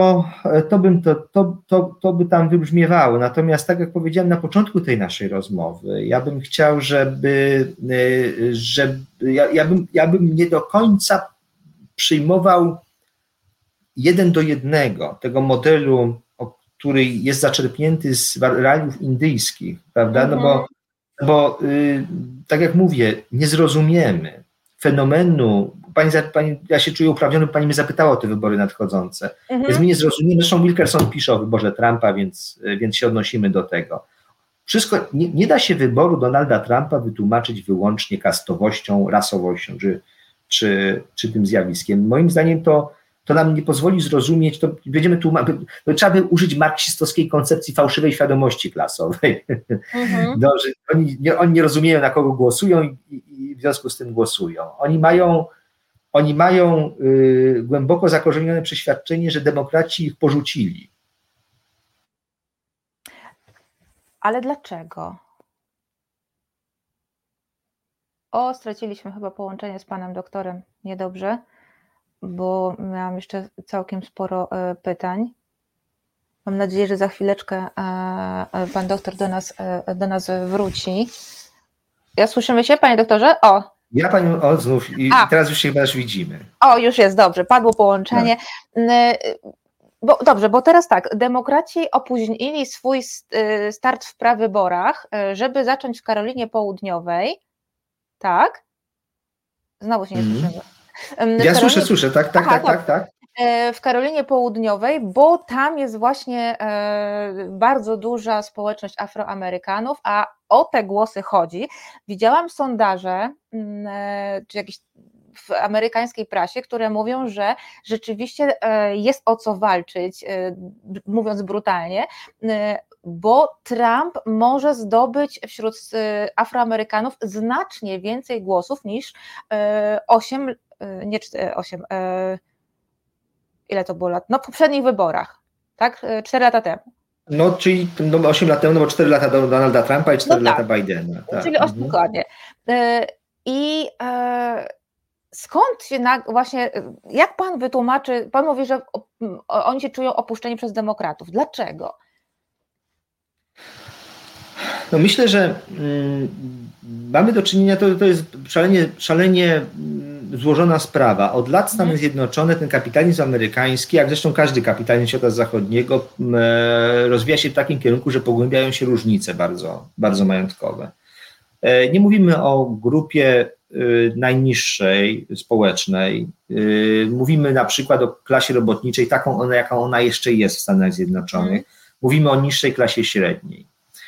to by tam wybrzmiewało. Natomiast tak jak powiedziałem na początku tej naszej rozmowy, ja bym chciał, ja bym nie do końca przyjmował 1 do 1 tego modelu, który jest zaczerpnięty z realiów indyjskich, prawda? No bo tak jak mówię, nie zrozumiemy fenomenu. Ja się czuję uprawniony, bo pani mnie zapytała o te wybory nadchodzące. Więc my nie zrozumiemy. Zresztą Wilkerson pisze o wyborze Trumpa, więc się odnosimy do tego. Wszystko, nie da się wyboru Donalda Trumpa wytłumaczyć wyłącznie kastowością, rasowością, czy tym zjawiskiem. Moim zdaniem to nam nie pozwoli zrozumieć, to trzeba by użyć marksistowskiej koncepcji fałszywej świadomości klasowej. Oni nie rozumieją, na kogo głosują i w związku z tym głosują. Oni mają głęboko zakorzenione przeświadczenie, że demokraci ich porzucili. Ale dlaczego? Straciliśmy chyba połączenie z panem doktorem. Niedobrze, bo miałam jeszcze całkiem sporo pytań. Mam nadzieję, że za chwileczkę pan doktor do nas wróci. Słyszymy się, panie doktorze? Ja panią znów i teraz już się chyba widzimy. Już jest, dobrze, padło połączenie. Bo teraz tak, demokraci opóźnili swój start w prawyborach, żeby zacząć w Karolinie Południowej, tak? Znowu się nie słyszymy. Ja słyszę, tak. W Karolinie Południowej, bo tam jest właśnie bardzo duża społeczność Afroamerykanów, a o te głosy chodzi. Widziałam sondaże, czy jakieś w amerykańskiej prasie, które mówią, że rzeczywiście jest o co walczyć, mówiąc brutalnie, bo Trump może zdobyć wśród Afroamerykanów znacznie więcej głosów niż 8, ile to było lat? W poprzednich wyborach, tak? 4 lata temu. No, czyli 8 lat temu, no bo 4 lata do Donalda Trumpa i 4 lata Bidena. Tak. Czyli 8 dokładnie. I skąd się właśnie, jak pan wytłumaczy, pan mówi, że oni się czują opuszczeni przez demokratów. Dlaczego? No myślę, że mamy do czynienia, to jest szalenie złożona sprawa. Od lat Stany Zjednoczone, ten kapitalizm amerykański, jak zresztą każdy kapitalizm świata zachodniego, rozwija się w takim kierunku, że pogłębiają się różnice bardzo, bardzo majątkowe. Nie mówimy o grupie najniższej, społecznej. Mówimy na przykład o klasie robotniczej, taką, jaką ona jeszcze jest w Stanach Zjednoczonych. Mówimy o niższej klasie średniej.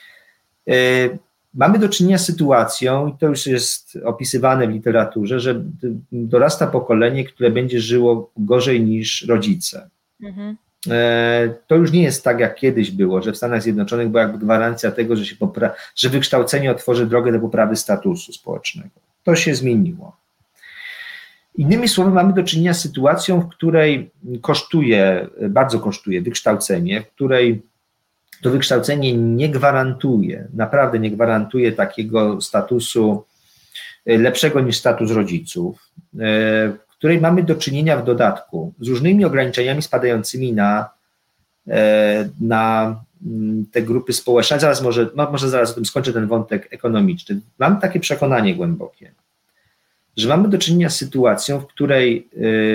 Mamy do czynienia z sytuacją, i to już jest opisywane w literaturze, że dorasta pokolenie, które będzie żyło gorzej niż rodzice. To już nie jest tak, jak kiedyś było, że w Stanach Zjednoczonych była jakby gwarancja tego, że wykształcenie otworzy drogę do poprawy statusu społecznego. To się zmieniło. Innymi słowy, mamy do czynienia z sytuacją, w której bardzo kosztuje wykształcenie, w której to wykształcenie nie gwarantuje, naprawdę nie gwarantuje takiego statusu lepszego niż status rodziców, w której mamy do czynienia w dodatku z różnymi ograniczeniami spadającymi na te grupy społeczne. Może zaraz o tym skończę ten wątek ekonomiczny. Mam takie przekonanie głębokie, że mamy do czynienia z sytuacją, w której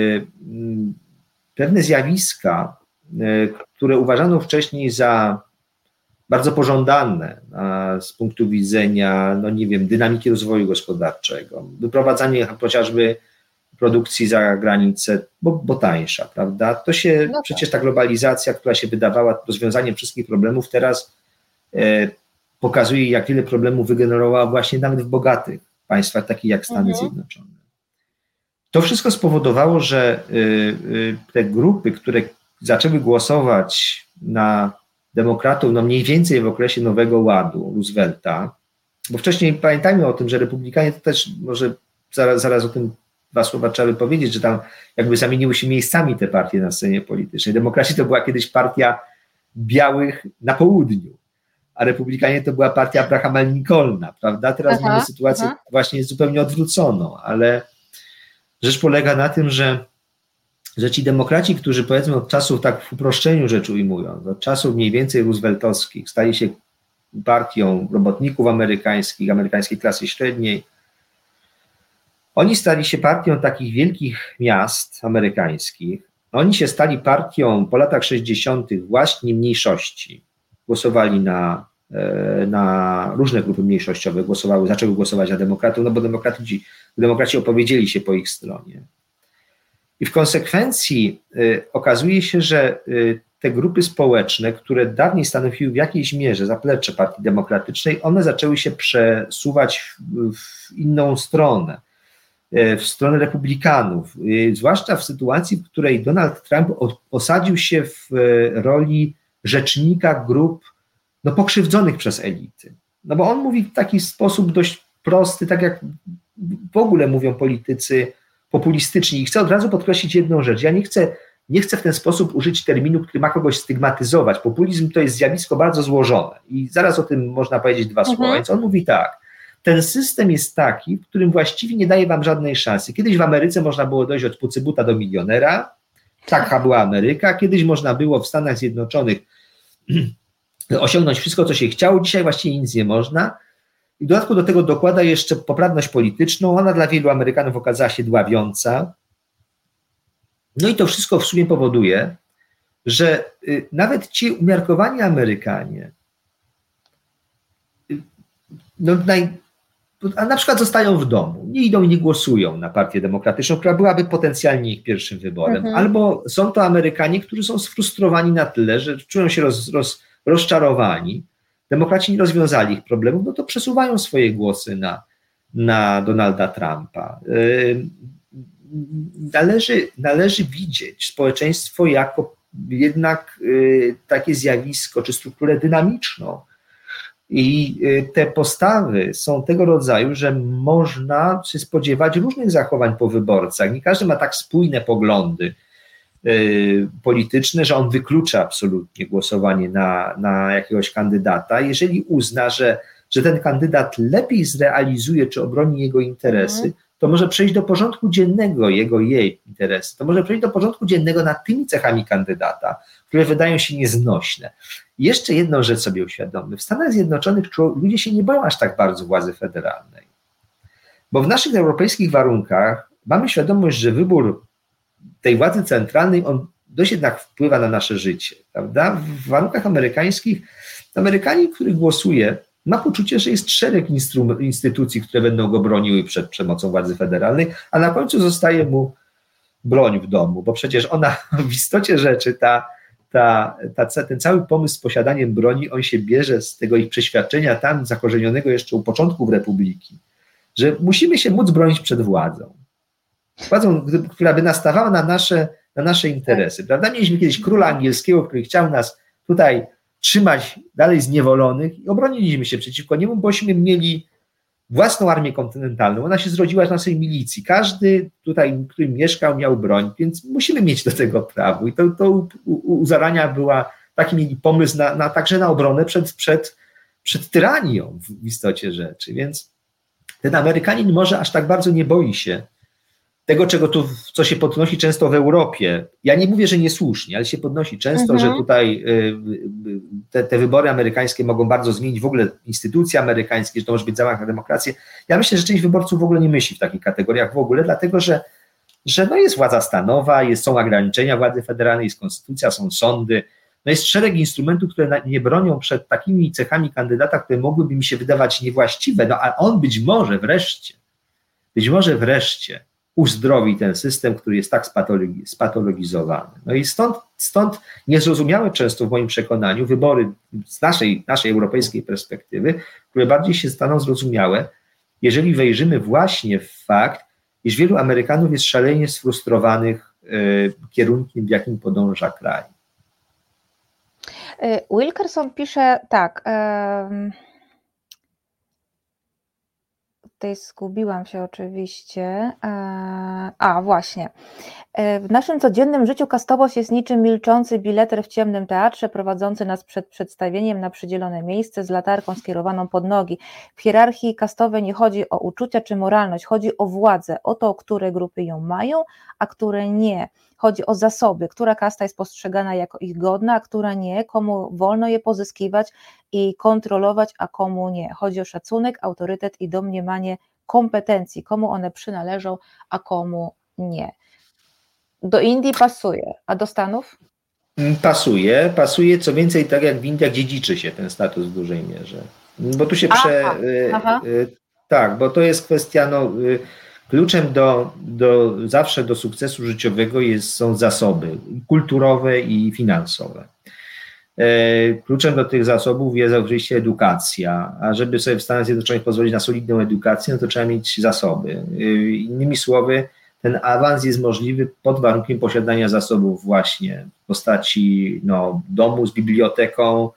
pewne zjawiska, które uważano wcześniej za bardzo pożądane z punktu widzenia, no nie wiem, dynamiki rozwoju gospodarczego, wyprowadzanie chociażby produkcji za granicę, bo tańsza, prawda? To się przecież ta globalizacja, która się wydawała rozwiązaniem wszystkich problemów, teraz pokazuje, jak wiele problemów wygenerowała właśnie nawet w bogatych państwach, takich jak Stany Zjednoczone. To wszystko spowodowało, że te grupy, które zaczęły głosować na demokratów, no mniej więcej w okresie Nowego Ładu Roosevelta, bo wcześniej pamiętajmy o tym, że republikanie to też, może zaraz o tym dwa słowa trzeba by powiedzieć, że tam jakby zamieniły się miejscami te partie na scenie politycznej. Demokraci to była kiedyś partia białych na południu, a republikanie to była partia Abrahama Lincolna, prawda? Teraz mamy sytuację właśnie zupełnie odwróconą, ale rzecz polega na tym, że ci demokraci, którzy powiedzmy od czasów, tak w uproszczeniu rzecz ujmując, od czasów mniej więcej rooseveltowskich stali się partią robotników amerykańskiej klasy średniej, oni stali się partią takich wielkich miast amerykańskich, oni się stali partią po latach 60. właśnie mniejszości. Głosowali na różne grupy mniejszościowe, zaczęły głosować na demokratów, no bo demokraci opowiedzieli się po ich stronie. I w konsekwencji okazuje się, że te grupy społeczne, które dawniej stanowiły w jakiejś mierze zaplecze Partii Demokratycznej, one zaczęły się przesuwać w inną stronę, w stronę republikanów, zwłaszcza w sytuacji, w której Donald Trump osadził się w roli rzecznika grup pokrzywdzonych przez elity. No bo on mówi w taki sposób dość prosty, tak jak w ogóle mówią politycy populistyczni. I chcę od razu podkreślić jedną rzecz. Ja nie chcę w ten sposób użyć terminu, który ma kogoś stygmatyzować. Populizm to jest zjawisko bardzo złożone i zaraz o tym można powiedzieć dwa słowa. Więc on mówi tak, ten system jest taki, w którym właściwie nie daje wam żadnej szansy. Kiedyś w Ameryce można było dojść od pucybuta do milionera, taka była Ameryka, kiedyś można było w Stanach Zjednoczonych osiągnąć wszystko, co się chciało, dzisiaj właściwie nic nie można. I w dodatku do tego dokłada jeszcze poprawność polityczną, ona dla wielu Amerykanów okazała się dławiąca. No i to wszystko w sumie powoduje, że nawet ci umiarkowani Amerykanie a na przykład zostają w domu, nie idą i nie głosują na Partię Demokratyczną, która byłaby potencjalnie ich pierwszym wyborem. Albo są to Amerykanie, którzy są sfrustrowani na tyle, że czują się rozczarowani. Demokraci nie rozwiązali ich problemów, no to przesuwają swoje głosy na Donalda Trumpa. Należy widzieć społeczeństwo jako jednak takie zjawisko, czy strukturę dynamiczną. I te postawy są tego rodzaju, że można się spodziewać różnych zachowań po wyborcach. Nie każdy ma tak spójne poglądy polityczne, że on wyklucza absolutnie głosowanie na jakiegoś kandydata. Jeżeli uzna, że ten kandydat lepiej zrealizuje czy obroni jego interesy, to może przejść do porządku dziennego jej interesy. To może przejść do porządku dziennego nad tymi cechami kandydata, które wydają się nieznośne. I jeszcze jedną rzecz sobie uświadommy. W Stanach Zjednoczonych ludzie się nie boją aż tak bardzo władzy federalnej. Bo w naszych europejskich warunkach mamy świadomość, że wybór tej władzy centralnej, on dość jednak wpływa na nasze życie, prawda? W warunkach amerykańskich Amerykanin, który głosuje, ma poczucie, że jest szereg instytucji, które będą go broniły przed przemocą władzy federalnej, a na końcu zostaje mu broń w domu, bo przecież ona w istocie rzeczy, ten cały pomysł z posiadaniem broni, on się bierze z tego ich przeświadczenia tam zakorzenionego jeszcze u początków Republiki, że musimy się móc bronić przed władzą, która by nastawała na nasze interesy. Prawda? Mieliśmy kiedyś króla angielskiego, który chciał nas tutaj trzymać dalej zniewolonych i obroniliśmy się przeciwko niemu, bośmy mieli własną armię kontynentalną, ona się zrodziła z naszej milicji. Każdy tutaj, który mieszkał, miał broń, więc musimy mieć do tego prawo. I to u zarania była taki mieli pomysł także na obronę przed tyranią w istocie rzeczy. Więc ten Amerykanin może aż tak bardzo nie boi się tego, co się podnosi często w Europie. Ja nie mówię, że niesłusznie, ale się podnosi często, że tutaj te wybory amerykańskie mogą bardzo zmienić w ogóle instytucje amerykańskie, że to może być zamach na demokrację. Ja myślę, że część wyborców w ogóle nie myśli w takich kategoriach w ogóle, dlatego że jest władza stanowa, są ograniczenia władzy federalnej, jest konstytucja, są sądy, jest szereg instrumentów, które nie bronią przed takimi cechami kandydata, które mogłyby mi się wydawać niewłaściwe, a on być może wreszcie uzdrowi ten system, który jest tak spatologizowany. No i stąd niezrozumiałe często w moim przekonaniu wybory z naszej europejskiej perspektywy, które bardziej się staną zrozumiałe, jeżeli wejrzymy właśnie w fakt, iż wielu Amerykanów jest szalenie sfrustrowanych kierunkiem, w jakim podąża kraj. Wilkerson pisze tak, tutaj zgubiłam się oczywiście, właśnie. W naszym codziennym życiu kastowość jest niczym milczący bileter w ciemnym teatrze, prowadzący nas przed przedstawieniem na przydzielone miejsce z latarką skierowaną pod nogi. W hierarchii kastowej nie chodzi o uczucia czy moralność, chodzi o władzę, o to, które grupy ją mają, a które nie. Chodzi o zasoby, która kasta jest postrzegana jako ich godna, a która nie, komu wolno je pozyskiwać i kontrolować, a komu nie. Chodzi o szacunek, autorytet i domniemanie kompetencji, komu one przynależą, a komu nie. Do Indii pasuje, a do Stanów? Pasuje, co więcej, tak jak w Indiach dziedziczy się ten status w dużej mierze. Bo tu się tak, bo to jest kwestia, kluczem zawsze do sukcesu życiowego są zasoby kulturowe i finansowe. Kluczem do tych zasobów jest oczywiście edukacja, a żeby sobie w Stanach Zjednoczonych pozwolić na solidną edukację, to trzeba mieć zasoby. Innymi słowy, ten awans jest możliwy pod warunkiem posiadania zasobów właśnie w postaci domu z biblioteką,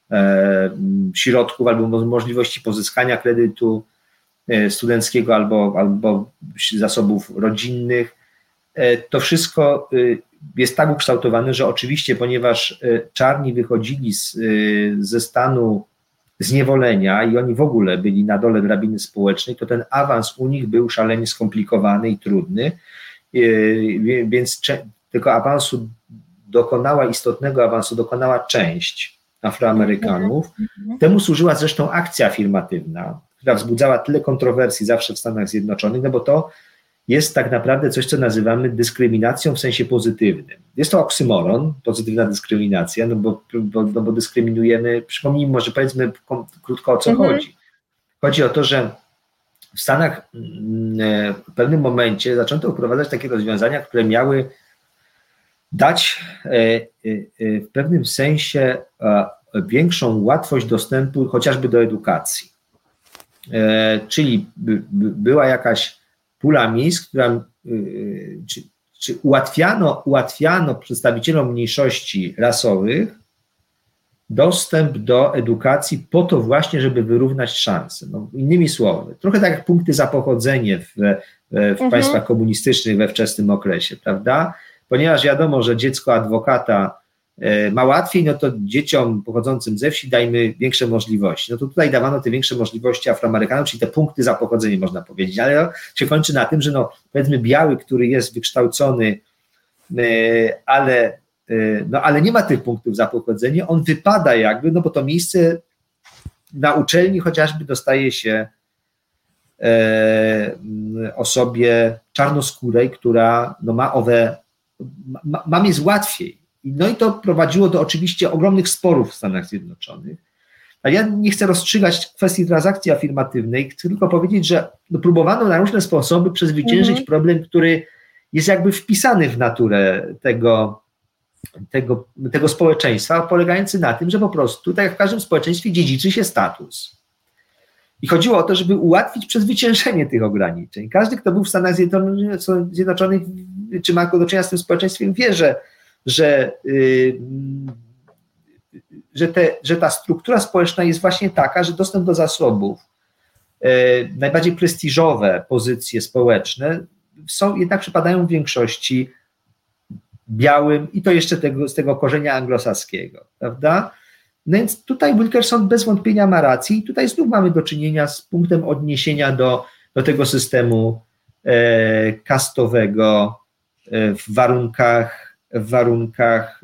środków albo możliwości pozyskania kredytu studenckiego albo zasobów rodzinnych. To wszystko jest tak ukształtowane, że oczywiście, ponieważ czarni wychodzili ze stanu zniewolenia i oni w ogóle byli na dole drabiny społecznej, to ten awans u nich był szalenie skomplikowany i trudny, więc tego istotnego awansu dokonała część Afroamerykanów. Temu służyła zresztą akcja afirmatywna, która wzbudzała tyle kontrowersji zawsze w Stanach Zjednoczonych, bo to jest tak naprawdę coś, co nazywamy dyskryminacją w sensie pozytywnym. Jest to oksymoron, pozytywna dyskryminacja, bo dyskryminujemy, przypomnijmy, może powiedzmy krótko, o co chodzi. Chodzi o to, że w Stanach w pewnym momencie zaczęto wprowadzać takie rozwiązania, które miały dać w pewnym sensie większą łatwość dostępu chociażby do edukacji. Czyli była jakaś pula miejsc, która czy ułatwiano przedstawicielom mniejszości rasowych dostęp do edukacji po to właśnie, żeby wyrównać szanse. Innymi słowy, trochę tak jak punkty za pochodzenie w państwach komunistycznych we wczesnym okresie, prawda? Ponieważ wiadomo, że dziecko adwokata ma łatwiej, to dzieciom pochodzącym ze wsi dajmy większe możliwości. To tutaj dawano te większe możliwości Afroamerykanom, czyli te punkty za pochodzenie, można powiedzieć, ale to się kończy na tym, że powiedzmy biały, który jest wykształcony, ale nie ma tych punktów za pochodzenie, on wypada jakby, bo to miejsce na uczelni chociażby dostaje się osobie czarnoskórej, która mam jest łatwiej. I to prowadziło do oczywiście ogromnych sporów w Stanach Zjednoczonych. A ja nie chcę rozstrzygać kwestii transakcji afirmatywnej, chcę tylko powiedzieć, że próbowano na różne sposoby przezwyciężyć problem, który jest jakby wpisany w naturę tego społeczeństwa, polegający na tym, że po prostu, tak jak w każdym społeczeństwie, dziedziczy się status. I chodziło o to, żeby ułatwić przezwyciężenie tych ograniczeń. Każdy, kto był w Stanach Zjednoczonych, czy ma do czynienia z tym społeczeństwem, wie, że ta struktura społeczna jest właśnie taka, że dostęp do zasobów najbardziej prestiżowe pozycje społeczne jednak przypadają w większości białym i to jeszcze z tego korzenia anglosaskiego, prawda? No więc tutaj Wilkerson bez wątpienia ma rację i tutaj znów mamy do czynienia z punktem odniesienia do tego systemu kastowego w warunkach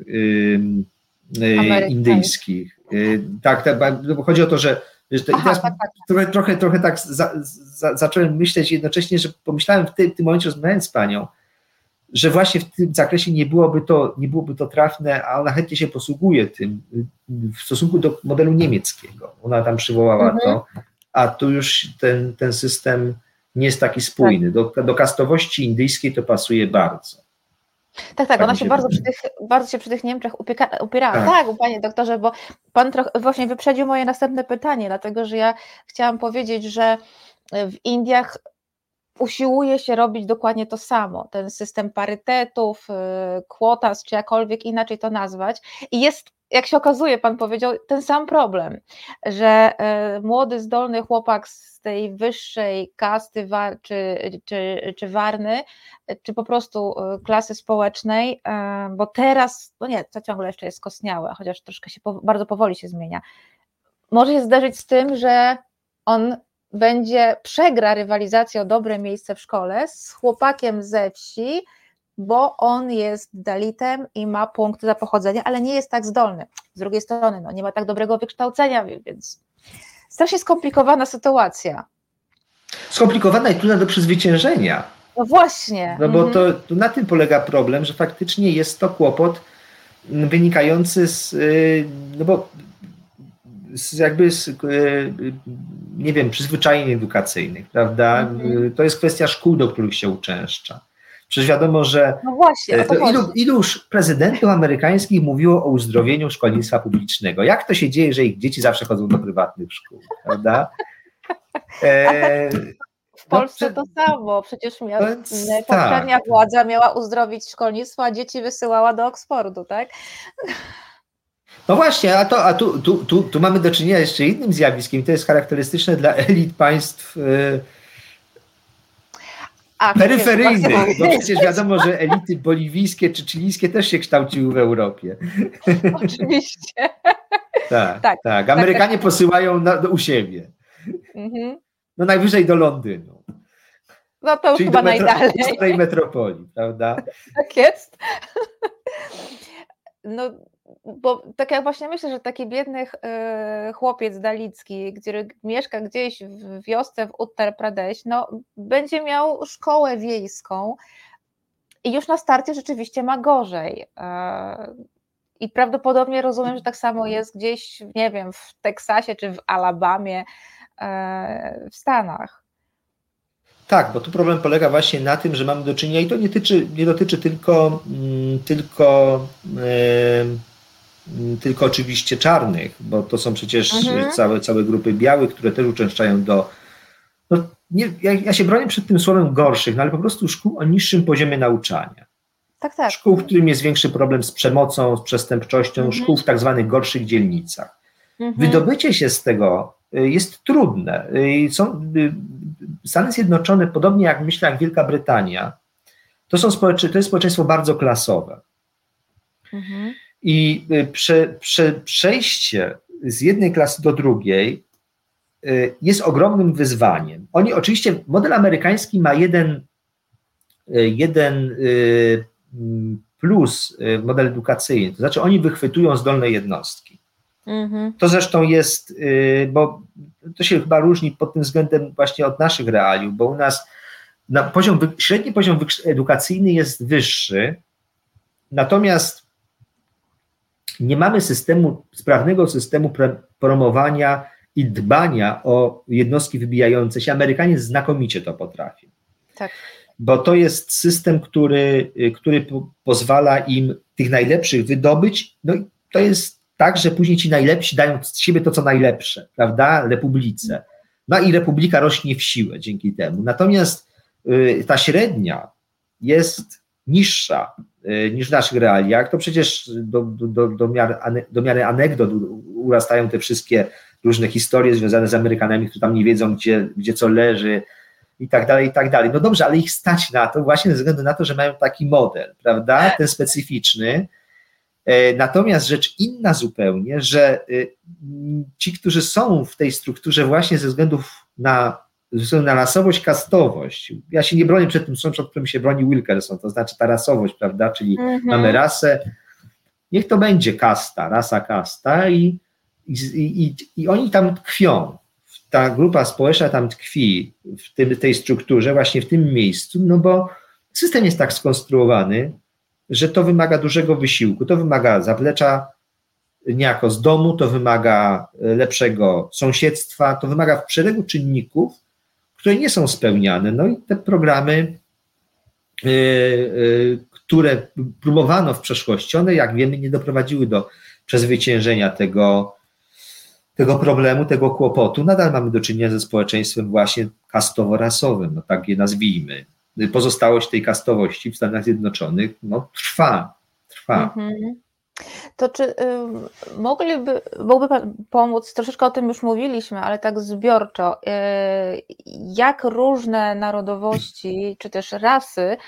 indyjskich. Tak, bo chodzi o to, że teraz trochę tak zacząłem myśleć jednocześnie, że pomyślałem w tym momencie, rozmawiając z panią, że właśnie w tym zakresie nie byłoby to trafne, a ona chętnie się posługuje tym w stosunku do modelu niemieckiego. Ona tam przywołała to, a tu już ten system nie jest taki spójny. Do kastowości indyjskiej to pasuje bardzo. Tak, ona się bardzo się przy tych Niemczech upierała. Tak, panie doktorze, bo pan trochę właśnie wyprzedził moje następne pytanie, dlatego że ja chciałam powiedzieć, że w Indiach usiłuje się robić dokładnie to samo, ten system parytetów, quotas, czy jakkolwiek inaczej to nazwać i jest, jak się okazuje, pan powiedział, ten sam problem, że młody, zdolny chłopak z tej wyższej kasty czy warny, czy po prostu klasy społecznej, bo teraz, no nie, to ciągle jeszcze jest skostniałe, chociaż troszkę się bardzo powoli się zmienia, może się zdarzyć z tym, że on przegra rywalizację o dobre miejsce w szkole z chłopakiem ze wsi, bo on jest dalitem i ma punkty za pochodzenie, ale nie jest tak zdolny. Z drugiej strony, nie ma tak dobrego wykształcenia, więc strasznie skomplikowana sytuacja. Skomplikowana i trudna do przezwyciężenia. No właśnie. No bo to na tym polega problem, że faktycznie jest to kłopot wynikający nie wiem, przyzwyczajeń edukacyjnych, prawda? To jest kwestia szkół, do których się uczęszcza. Przecież wiadomo, że iluż prezydentów amerykańskich mówiło o uzdrowieniu szkolnictwa publicznego. Jak to się dzieje, że ich dzieci zawsze chodzą do prywatnych szkół, prawda? W Polsce to samo. Przecież poprzednia władza miała uzdrowić szkolnictwo, a dzieci wysyłała do Oksfordu, tak? No właśnie, a tu mamy do czynienia jeszcze innym zjawiskiem, to jest charakterystyczne dla elit państw peryferyjnych, bo przecież wiadomo, że elity boliwijskie czy chilijskie też się kształciły w Europie. Oczywiście. Tak. Amerykanie posyłają u siebie. No najwyżej do Londynu. No to już chyba najdalej. Do tej metropolii, prawda? Tak jest. No, bo tak jak właśnie myślę, że taki biedny chłopiec dalicki, który mieszka gdzieś w wiosce w Uttar Pradesh, będzie miał szkołę wiejską i już na starcie rzeczywiście ma gorzej. I prawdopodobnie rozumiem, że tak samo jest gdzieś, nie wiem, w Teksasie czy w Alabamie, w Stanach. Tak, bo tu problem polega właśnie na tym, że mamy do czynienia i to nie dotyczy tylko oczywiście czarnych, bo to są przecież całe grupy białych, które też uczęszczają do... Ja się bronię przed tym słowem gorszych, ale po prostu szkół o niższym poziomie nauczania. Tak. Szkół, w którym jest większy problem z przemocą, z przestępczością, szkół w tak zwanych gorszych dzielnicach. Wydobycie się z tego jest trudne. Stany Zjednoczone, podobnie jak myślę, jak Wielka Brytania, to jest społeczeństwo bardzo klasowe. I przejście z jednej klasy do drugiej jest ogromnym wyzwaniem. Oczywiście model amerykański ma jeden plus, model edukacyjny, to znaczy oni wychwytują zdolne jednostki. To zresztą jest, bo to się chyba różni pod tym względem właśnie od naszych realiów, bo u nas średni poziom edukacyjny jest wyższy, natomiast nie mamy sprawnego systemu promowania i dbania o jednostki wybijające się. Amerykanie znakomicie to potrafią. Tak. Bo to jest system, który pozwala im tych najlepszych wydobyć. No i to jest tak, że później ci najlepsi dają z siebie to, co najlepsze, prawda, republice. No i republika rośnie w siłę dzięki temu. Natomiast ta średnia jest niższa niż w naszych realiach. To przecież do miary anegdot urastają te wszystkie różne historie związane z Amerykanami, którzy tam nie wiedzą, gdzie co leży i tak dalej, i tak dalej. No dobrze, ale ich stać na to właśnie ze względu na to, że mają taki model, prawda, ten specyficzny. Natomiast rzecz inna zupełnie, że ci, którzy są w tej strukturze właśnie ze względu na rasowość, kastowość. Ja się nie bronię przed tym, przed którym się broni Wilkerson, to znaczy ta rasowość, prawda, czyli mamy rasę, niech to będzie kasta, rasa kasta i oni tam tkwią. Ta grupa społeczna tam tkwi w tej strukturze, właśnie w tym miejscu, no bo system jest tak skonstruowany, że to wymaga dużego wysiłku, to wymaga zaplecza niejako z domu, to wymaga lepszego sąsiedztwa, to wymaga szeregu czynników, które nie są spełniane. No i te programy, które próbowano w przeszłości, one, jak wiemy, nie doprowadziły do przezwyciężenia tego problemu, tego kłopotu. Nadal mamy do czynienia ze społeczeństwem właśnie kastowo-rasowym, no tak je nazwijmy. Pozostałość tej kastowości w Stanach Zjednoczonych no, trwa. To czy mógłby Pan pomóc, troszeczkę o tym już mówiliśmy, ale tak zbiorczo, jak różne narodowości czy też rasy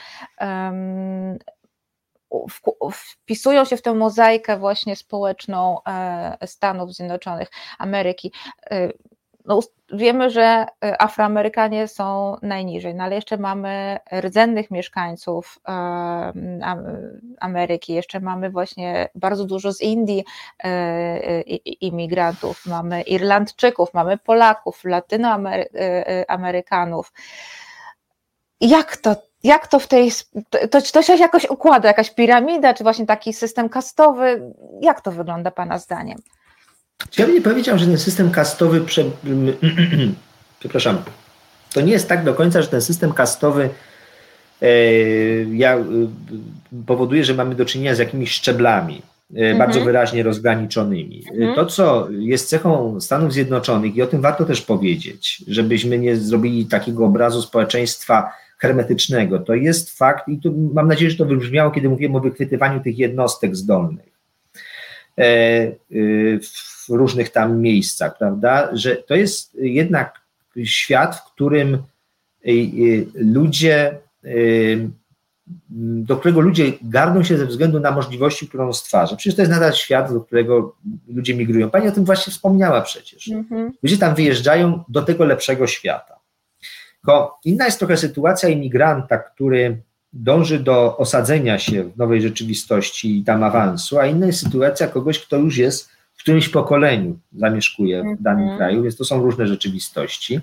wpisują się w tę mozaikę właśnie społeczną Stanów Zjednoczonych Ameryki? No, wiemy, że Afroamerykanie są najniżej, no ale jeszcze mamy rdzennych mieszkańców Ameryki, jeszcze mamy właśnie bardzo dużo z Indii imigrantów, mamy Irlandczyków, mamy Polaków, Latynoamerykanów. Jak to w tej, to się jakoś układa, jakaś piramida, czy właśnie taki system kastowy, jak to wygląda Pana zdaniem? Ja bym nie powiedział, że ten system kastowy, przepraszam, to nie jest tak do końca, że ten system kastowy powoduje, że mamy do czynienia z jakimiś szczeblami bardzo wyraźnie rozgraniczonymi. To, co jest cechą Stanów Zjednoczonych i o tym warto też powiedzieć, żebyśmy nie zrobili takiego obrazu społeczeństwa hermetycznego, to jest fakt i tu mam nadzieję, że to wybrzmiało, kiedy mówiłem o wychwytywaniu tych jednostek zdolnych w różnych tam miejscach, prawda, że to jest jednak świat, w którym do którego ludzie garną się ze względu na możliwości, którą stwarza. Przecież to jest nadal świat, do którego ludzie migrują. Pani o tym właśnie wspomniała przecież. Ludzie tam wyjeżdżają do tego lepszego świata. Tylko inna jest trochę sytuacja imigranta, który dąży do osadzenia się w nowej rzeczywistości i tam awansu, a inna jest sytuacja kogoś, kto już jest w którymś pokoleniu, zamieszkuje w danym kraju, więc to są różne rzeczywistości.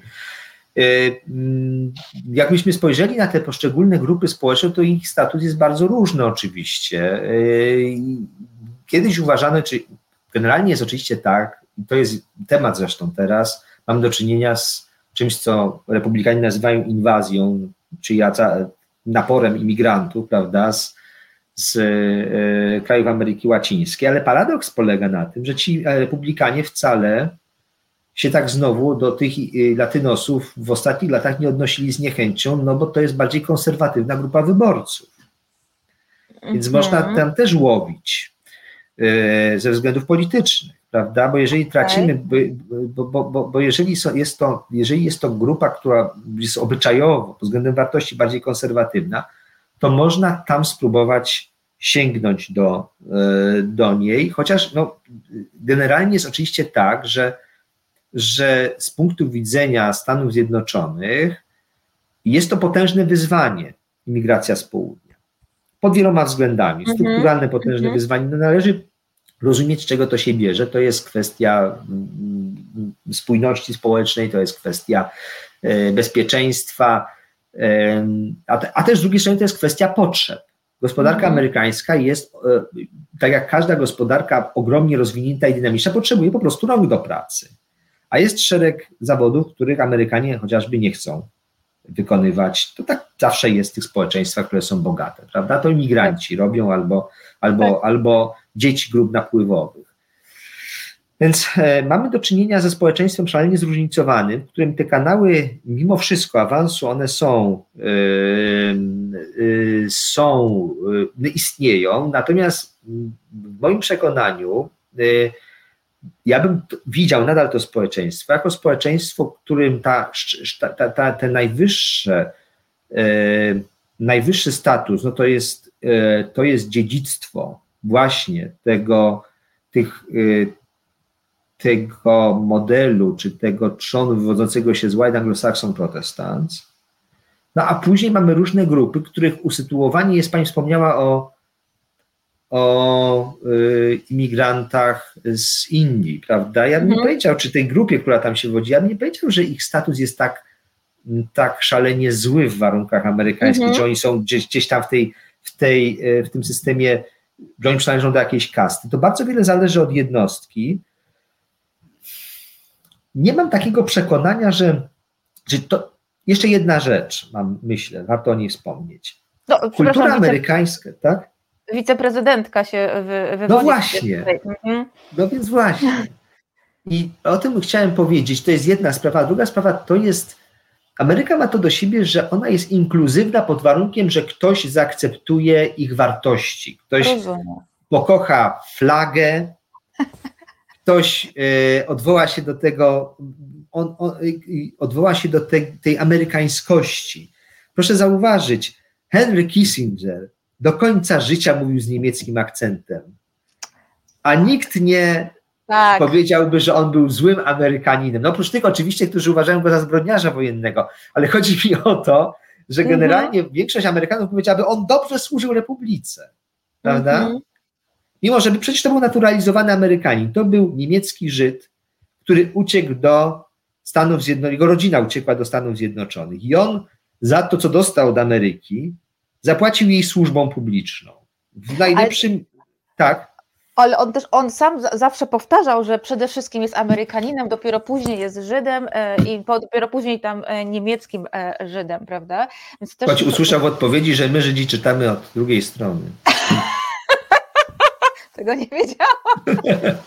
Jakbyśmy spojrzeli na te poszczególne grupy społeczne, to ich status jest bardzo różny oczywiście. Kiedyś uważano, czy generalnie jest oczywiście tak, i to jest temat zresztą teraz, mam do czynienia z czymś, co republikanie nazywają inwazją, czyli naporem imigrantów, prawda, z krajów Ameryki Łacińskiej, ale paradoks polega na tym, że ci republikanie wcale się tak znowu do tych latynosów w ostatnich latach nie odnosili z niechęcią, no bo to jest bardziej konserwatywna grupa wyborców. Więc można tam też łowić ze względów politycznych, prawda, bo jeżeli tracimy, bo jeżeli jest to grupa, która jest obyczajowo, pod względem wartości bardziej konserwatywna, to można tam spróbować sięgnąć do niej, chociaż no, generalnie jest oczywiście tak, że z punktu widzenia Stanów Zjednoczonych jest to potężne wyzwanie, imigracja z południa. Pod wieloma względami. Strukturalne potężne wyzwanie. No, należy rozumieć, czego to się bierze. To jest kwestia spójności społecznej, to jest kwestia bezpieczeństwa, a też z drugiej strony to jest kwestia potrzeb. Gospodarka amerykańska jest, tak jak każda gospodarka ogromnie rozwinięta i dynamiczna, potrzebuje po prostu rąk do pracy. A jest szereg zawodów, których Amerykanie chociażby nie chcą wykonywać. To tak zawsze jest w tych społeczeństwach, które są bogate, prawda? To imigranci robią albo dzieci grup napływowych. Więc mamy do czynienia ze społeczeństwem szalenie zróżnicowanym, w którym te kanały mimo wszystko awansu, one istnieją, natomiast w moim przekonaniu ja bym widział nadal to społeczeństwo jako społeczeństwo, w którym ten najwyższy status, no to jest dziedzictwo właśnie tego modelu, czy tego trzonu wywodzącego się z White Anglo-Saxon Protestants. No a później mamy różne grupy, których usytuowanie jest, pani wspomniała o imigrantach z Indii, prawda? Ja bym nie powiedział, czy tej grupie, która tam się wodzi, ja bym nie powiedział, że ich status jest tak szalenie zły w warunkach amerykańskich, że oni są gdzieś tam w tym systemie, że oni przynależą do jakiejś kasty. To bardzo wiele zależy od jednostki. Nie mam takiego przekonania, że to jeszcze jedna rzecz, myślę, warto o niej wspomnieć. No, kultura amerykańska, tak? Wiceprezydentka się wywodzi. No właśnie, no więc właśnie. I o tym chciałem powiedzieć, to jest jedna sprawa, a druga sprawa to jest, Ameryka ma to do siebie, że ona jest inkluzywna pod warunkiem, że ktoś zaakceptuje ich wartości, ktoś pokocha flagę, ktoś odwoła się do tego, odwoła się do tej amerykańskości. Proszę zauważyć, Henry Kissinger do końca życia mówił z niemieckim akcentem, a nikt nie powiedziałby, że on był złym Amerykaninem. No oprócz tych oczywiście, którzy uważają go za zbrodniarza wojennego, ale chodzi mi o to, że generalnie większość Amerykanów powiedziałaby, on dobrze służył Republice, prawda? Mimo, że przecież to był naturalizowany Amerykanin. To był niemiecki Żyd, który uciekł do Stanów Zjednoczonych, jego rodzina uciekła do Stanów Zjednoczonych i on za to, co dostał od Ameryki, zapłacił jej służbą publiczną. W najlepszym... Tak. Ale on sam zawsze powtarzał, że przede wszystkim jest Amerykaninem, dopiero później jest Żydem i dopiero później tam niemieckim Żydem, prawda? Więc też... Choć usłyszał w odpowiedzi, że my Żydzi czytamy od drugiej strony. Tego nie wiedziałam.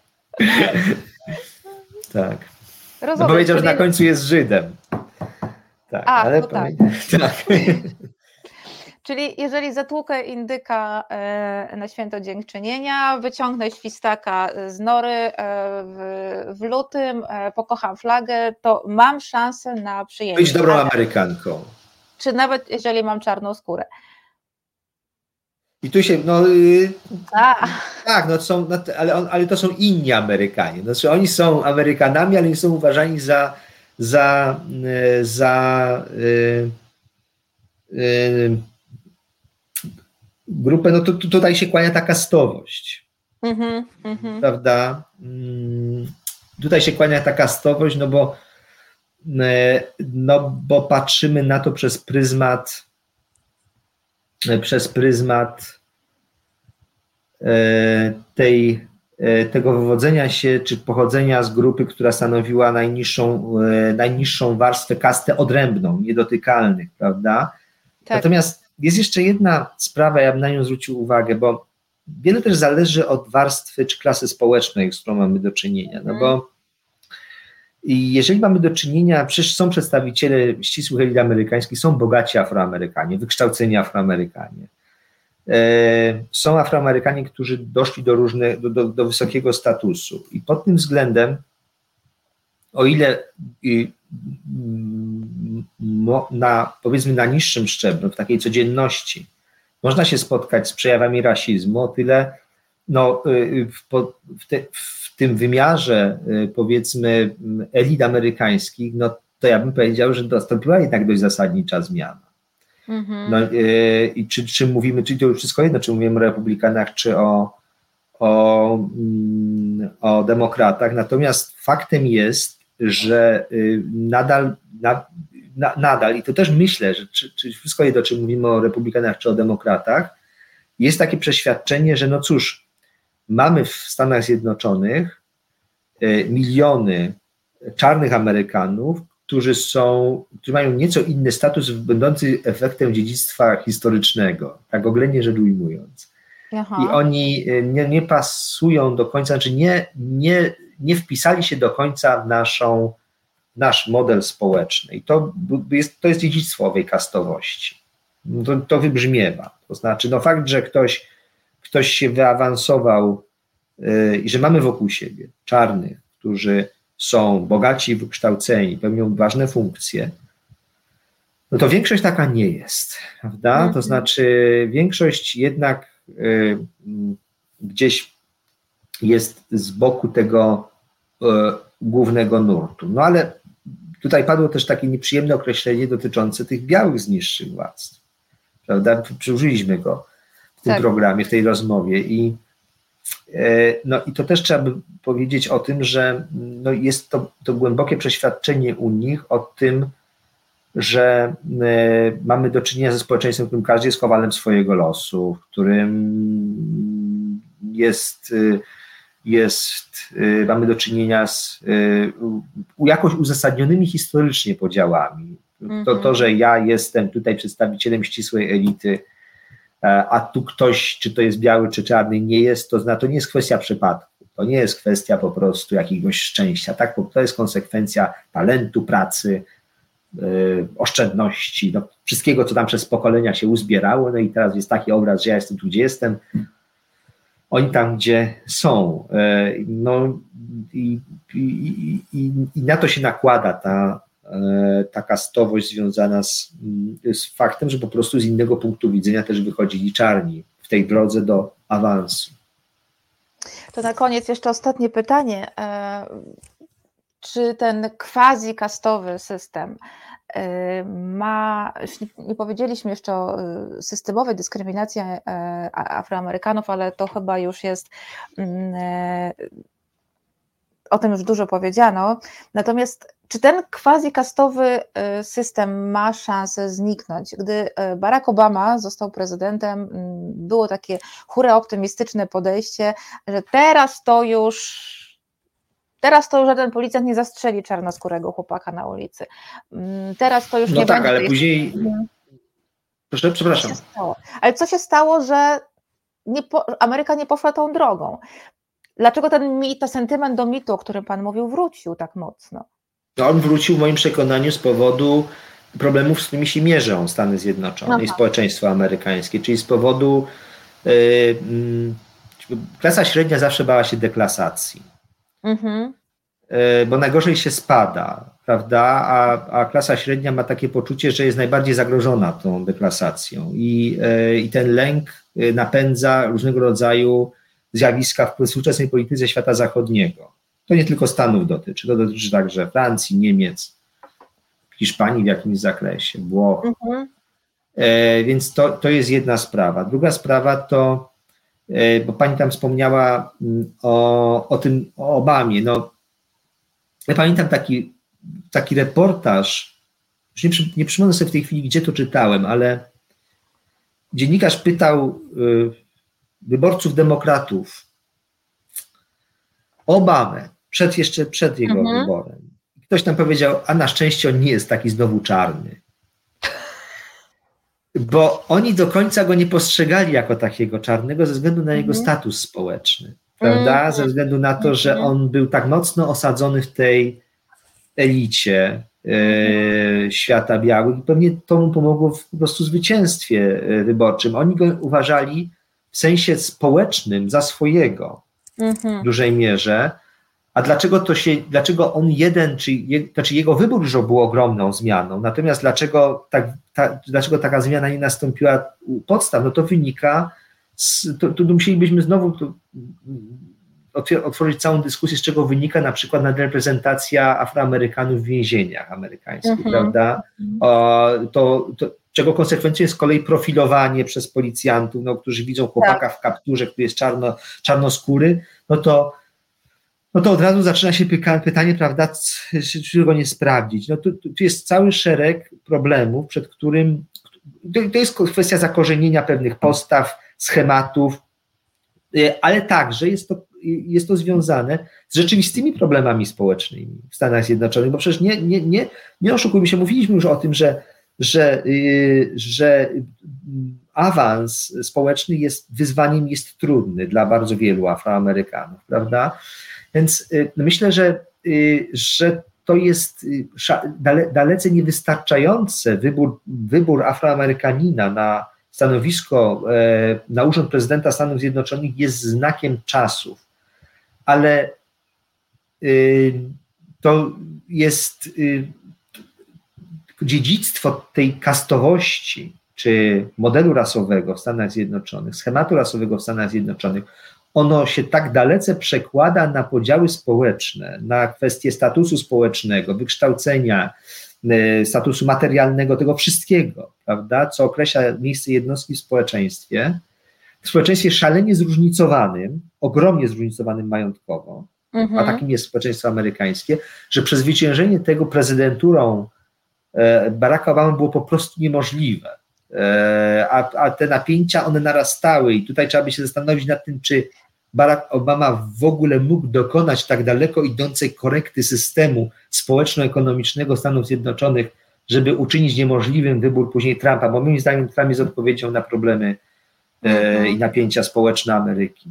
Tak. Rozumiem, no powiedział, że na końcu jest Żydem. Tak, ale no tak. Tak. Czyli jeżeli zatłukę indyka na święto dziękczynienia, wyciągnę świstaka z nory w lutym, pokocham flagę, to mam szansę na przyjęcie. Być dobrą Amerykanką. Czy nawet jeżeli mam czarną skórę. I tu się, tak, ale to są inni Amerykanie. Znaczy oni są Amerykanami, ale nie są uważani za grupę, no to tutaj się kłania ta kastowość, prawda? Tutaj się kłania ta kastowość, no bo patrzymy na to przez pryzmat tego wywodzenia się, czy pochodzenia z grupy, która stanowiła najniższą warstwę, kastę odrębną, niedotykalnych, prawda? Tak. Natomiast jest jeszcze jedna sprawa, ja bym na nią zwrócił uwagę, bo wiele też zależy od warstwy czy klasy społecznej, z którą mamy do czynienia, no bo jeżeli mamy do czynienia, przecież są przedstawiciele ścisłych elit amerykańskich, są bogaci Afroamerykanie, wykształceni Afroamerykanie. Są Afroamerykanie, którzy doszli do wysokiego statusu i pod tym względem, o ile powiedzmy na niższym szczeblu, w takiej codzienności można się spotkać z przejawami rasizmu, o tyle w tym wymiarze powiedzmy elit amerykańskich, no to ja bym powiedział, że nastąpiła jednak dość zasadnicza zmiana. No, i czy mówimy, czyli to już wszystko jedno, czy mówimy o republikanach, czy o demokratach, natomiast faktem jest, że nadal i to też myślę, że czy wszystko jedno, czy mówimy o republikanach, czy o demokratach, jest takie przeświadczenie, że no cóż, mamy w Stanach Zjednoczonych miliony czarnych Amerykanów, którzy mają nieco inny status, będący efektem dziedzictwa historycznego, tak oględnie rzecz ujmując. Aha. I oni nie pasują do końca, znaczy nie wpisali się do końca w nasz model społeczny. I to jest dziedzictwo owej kastowości. To wybrzmiewa. To znaczy, no fakt, że ktoś się wyawansował i że mamy wokół siebie czarnych, którzy są bogaci i wykształceni, pełnią ważne funkcje, no to większość taka nie jest, prawda? To znaczy większość jednak gdzieś jest z boku tego głównego nurtu. No ale tutaj padło też takie nieprzyjemne określenie dotyczące tych białych z niższych władztw, prawda? Przyużyliśmy go w tym programie, w tej rozmowie i to też trzeba by powiedzieć o tym, że no jest to głębokie przeświadczenie u nich o tym, że mamy do czynienia ze społeczeństwem, w którym każdy jest kowalem swojego losu, w którym mamy do czynienia z jakoś uzasadnionymi historycznie podziałami. To, że ja jestem tutaj przedstawicielem ścisłej elity, a tu ktoś, czy to jest biały, czy czarny, nie jest, to nie jest kwestia przypadku, to nie jest kwestia po prostu jakiegoś szczęścia, tak? Bo to jest konsekwencja talentu, pracy, oszczędności, no, wszystkiego, co tam przez pokolenia się uzbierało, no i teraz jest taki obraz, że ja jestem tu, gdzie jestem, oni tam, gdzie są. No i na to się nakłada ta kastowość związana z faktem, że po prostu z innego punktu widzenia też wychodzili czarni w tej drodze do awansu. To na koniec jeszcze ostatnie pytanie. Czy ten quasi-kastowy system ma, nie powiedzieliśmy jeszcze o systemowej dyskryminacji Afroamerykanów, ale to chyba już jest, o tym już dużo powiedziano, natomiast czy ten quasi-kastowy system ma szansę zniknąć? Gdy Barack Obama został prezydentem, było takie hura optymistyczne podejście, że teraz to już żaden policjant nie zastrzeli czarnoskórego chłopaka na ulicy. Teraz to już nie tak, będzie. Ale później. Proszę, przepraszam. Ale co się stało, że Ameryka nie poszła tą drogą? Dlaczego ten sentyment do mitu, o którym pan mówił, wrócił tak mocno? No, on wrócił w moim przekonaniu z powodu problemów, z którymi się mierzą Stany Zjednoczone i społeczeństwo amerykańskie, czyli z powodu klasa średnia zawsze bała się deklasacji. Bo najgorzej się spada, prawda? A klasa średnia ma takie poczucie, że jest najbardziej zagrożona tą deklasacją i ten lęk napędza różnego rodzaju zjawiska w współczesnej polityce świata zachodniego. To nie tylko Stanów dotyczy, to dotyczy także Francji, Niemiec, Hiszpanii w jakimś zakresie, Włoch. Więc to jest jedna sprawa. Druga sprawa to, bo pani tam wspomniała o Obamie. No, ja pamiętam taki reportaż, już nie przypomnę sobie w tej chwili, gdzie to czytałem, ale dziennikarz pytał wyborców demokratów o Obamę, jeszcze przed jego wyborem. Ktoś tam powiedział, a na szczęście on nie jest taki znowu czarny. Bo oni do końca go nie postrzegali jako takiego czarnego ze względu na jego status społeczny, prawda? Ze względu na to, że on był tak mocno osadzony w tej elicie świata białych i pewnie to mu pomogło w po prostu zwycięstwie wyborczym. Oni go uważali w sensie społecznym za swojego w dużej mierze. A dlaczego on jeden, znaczy jego wybór już był ogromną zmianą, natomiast dlaczego taka zmiana nie nastąpiła u podstaw, no to wynika, tu musielibyśmy znowu otworzyć całą dyskusję, z czego wynika na przykład nadreprezentacja Afroamerykanów w więzieniach amerykańskich, prawda? Czego konsekwencją jest z kolei profilowanie przez policjantów, no, którzy widzą chłopaka w kapturze, który jest czarnoskóry, no to od razu zaczyna się pytanie, prawda, czy go nie sprawdzić. No tu jest cały szereg problemów, przed którym, to jest kwestia zakorzenienia pewnych postaw, schematów, ale także jest to związane z rzeczywistymi problemami społecznymi w Stanach Zjednoczonych, bo przecież nie oszukujmy się, mówiliśmy już o tym, że awans społeczny wyzwaniem jest trudny dla bardzo wielu Afroamerykanów, prawda? Więc myślę, że to jest dalece niewystarczające. Wybór Afroamerykanina na stanowisko, na urząd prezydenta Stanów Zjednoczonych jest znakiem czasów. ale to jest dziedzictwo tej kastowości, czy modelu rasowego w Stanach Zjednoczonych, schematu rasowego w Stanach Zjednoczonych, ono się tak dalece przekłada na podziały społeczne, na kwestie statusu społecznego, wykształcenia, statusu materialnego, tego wszystkiego, prawda, co określa miejsce jednostki w społeczeństwie szalenie zróżnicowanym, ogromnie zróżnicowanym majątkowo, a takim jest społeczeństwo amerykańskie, że przezwyciężenie tego prezydenturą Baracka Obamy było po prostu niemożliwe. A te napięcia, one narastały i tutaj trzeba by się zastanowić nad tym, czy Barack Obama w ogóle mógł dokonać tak daleko idącej korekty systemu społeczno-ekonomicznego Stanów Zjednoczonych, żeby uczynić niemożliwym wybór później Trumpa, bo moim zdaniem Trump jest odpowiedzią na problemy i napięcia społeczne Ameryki.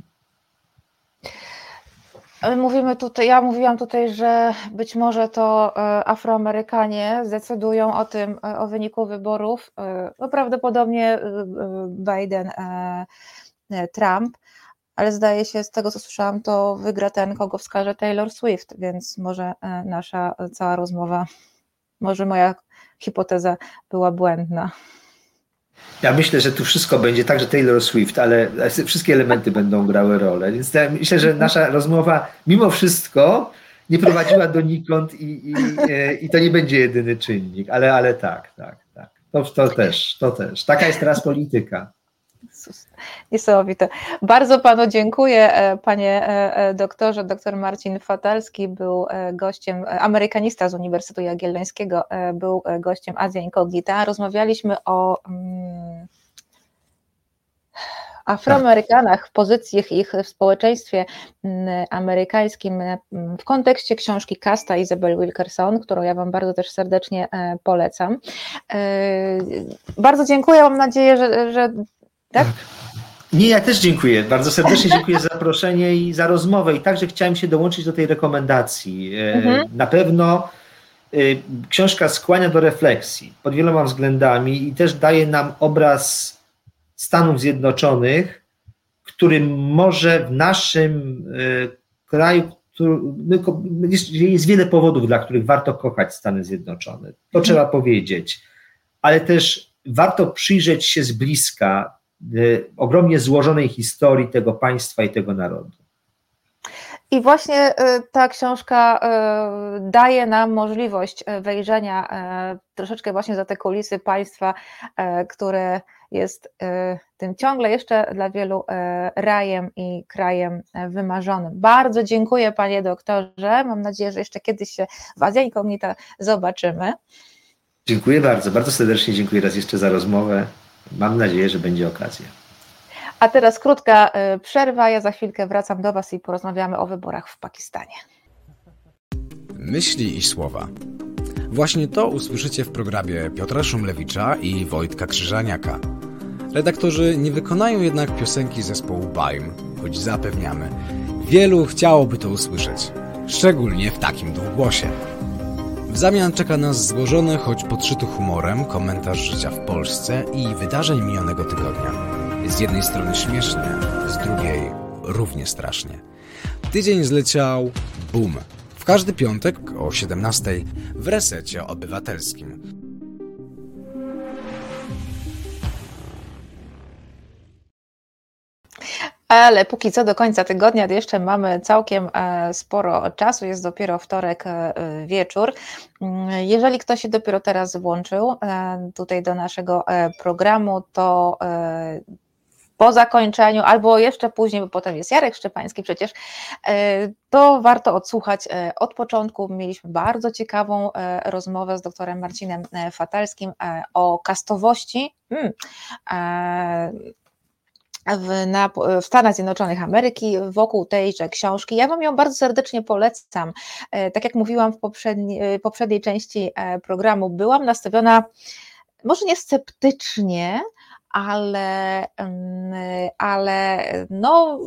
Ja mówiłam tutaj, że być może to Afroamerykanie zdecydują o tym, o wyniku wyborów, no prawdopodobnie Biden, Trump, ale zdaje się, z tego co słyszałam, to wygra ten, kogo wskaże Taylor Swift, więc może nasza cała rozmowa, może moja hipoteza była błędna. Ja myślę, że tu wszystko będzie tak, że Taylor Swift, ale wszystkie elementy będą grały rolę. Więc ja myślę, że nasza rozmowa mimo wszystko nie prowadziła donikąd i to nie będzie jedyny czynnik, ale tak. To też. Taka jest teraz polityka. Niesamowite. Bardzo panu dziękuję, panie doktorze. Doktor Marcin Fatalski był gościem, amerykanista z Uniwersytetu Jagiellońskiego, był gościem Azja Incognita. Rozmawialiśmy o Afroamerykanach, pozycjach ich w społeczeństwie amerykańskim w kontekście książki Kasta Isabel Wilkerson, którą ja wam bardzo też serdecznie polecam. Bardzo dziękuję, mam nadzieję, że tak? Nie, ja też dziękuję. Bardzo serdecznie dziękuję za zaproszenie i za rozmowę. I także chciałem się dołączyć do tej rekomendacji. Na pewno książka skłania do refleksji pod wieloma względami i też daje nam obraz Stanów Zjednoczonych, który może w naszym kraju, jest wiele powodów, dla których warto kochać Stany Zjednoczone. To trzeba powiedzieć. Ale też warto przyjrzeć się z bliska ogromnie złożonej historii tego państwa i tego narodu. I właśnie ta książka daje nam możliwość wejrzenia troszeczkę właśnie za te kulisy państwa, które jest tym ciągle jeszcze dla wielu rajem i krajem wymarzonym. Bardzo dziękuję, panie doktorze. Mam nadzieję, że jeszcze kiedyś się w Azja Incognita zobaczymy. Dziękuję bardzo. Bardzo serdecznie dziękuję raz jeszcze za rozmowę. Mam nadzieję, że będzie okazja. A teraz krótka przerwa. Ja za chwilkę wracam do was i porozmawiamy o wyborach w Pakistanie. Myśli i słowa. Właśnie to usłyszycie w programie Piotra Szumlewicza i Wojtka Krzyżaniaka. Redaktorzy nie wykonają jednak piosenki zespołu Baim, choć zapewniamy, wielu chciałoby to usłyszeć, szczególnie w takim dwugłosie. W zamian czeka nas złożony, choć podszyty humorem, komentarz życia w Polsce i wydarzeń minionego tygodnia. Z jednej strony śmiesznie, z drugiej równie strasznie. Tydzień zleciał boom. W każdy piątek o 17:00 w Resecie Obywatelskim. Ale póki co do końca tygodnia jeszcze mamy całkiem sporo czasu, jest dopiero wtorek wieczór. Jeżeli ktoś się dopiero teraz włączył tutaj do naszego programu, to po zakończeniu, albo jeszcze później, bo potem jest Jarek Szczepański przecież, to warto odsłuchać od początku. Mieliśmy bardzo ciekawą rozmowę z doktorem Marcinem Fatalskim o kastowości w Stanach Zjednoczonych Ameryki wokół tejże książki. Ja wam ją bardzo serdecznie polecam. Tak jak mówiłam w poprzedniej części programu, byłam nastawiona może nie sceptycznie, ale no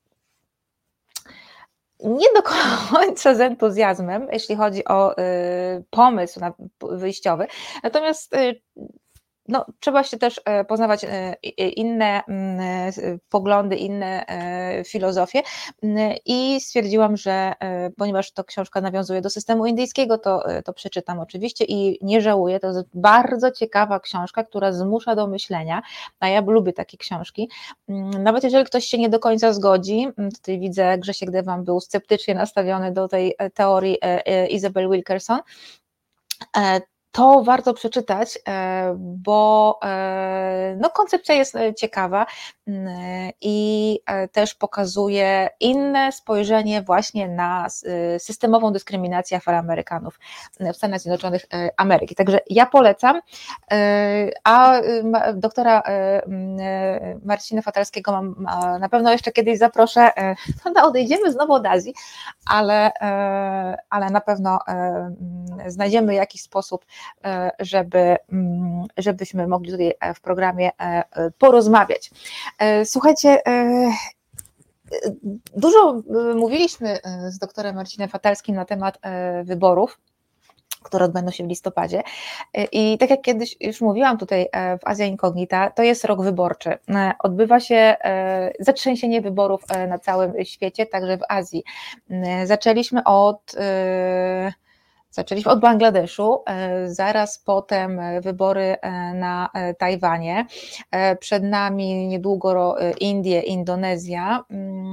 nie do końca z entuzjazmem, jeśli chodzi o pomysł wyjściowy. Natomiast no, trzeba się też poznawać inne poglądy, inne filozofie i stwierdziłam, że ponieważ to książka nawiązuje do systemu indyjskiego, to przeczytam oczywiście i nie żałuję, to jest bardzo ciekawa książka, która zmusza do myślenia, a ja lubię takie książki, nawet jeżeli ktoś się nie do końca zgodzi, tutaj widzę, Grzesiek Dewan był sceptycznie nastawiony do tej teorii Isabel Wilkerson, to warto przeczytać, bo no, koncepcja jest ciekawa i też pokazuje inne spojrzenie właśnie na systemową dyskryminację Afroamerykanów w Stanach Zjednoczonych Ameryki. Także ja polecam, a doktora Marcina Fatalskiego na pewno jeszcze kiedyś zaproszę, odejdziemy znowu od Azji, ale na pewno znajdziemy jakiś sposób, żebyśmy mogli tutaj w programie porozmawiać. Słuchajcie, dużo mówiliśmy z doktorem Marcinem Fatalskim na temat wyborów, które odbędą się w listopadzie i tak jak kiedyś już mówiłam tutaj w Azja Incognita, to jest rok wyborczy. Odbywa się zatrzęsienie wyborów na całym świecie, także w Azji. Zaczęliśmy od Bangladeszu, zaraz potem wybory na Tajwanie, przed nami niedługo Indie, Indonezja,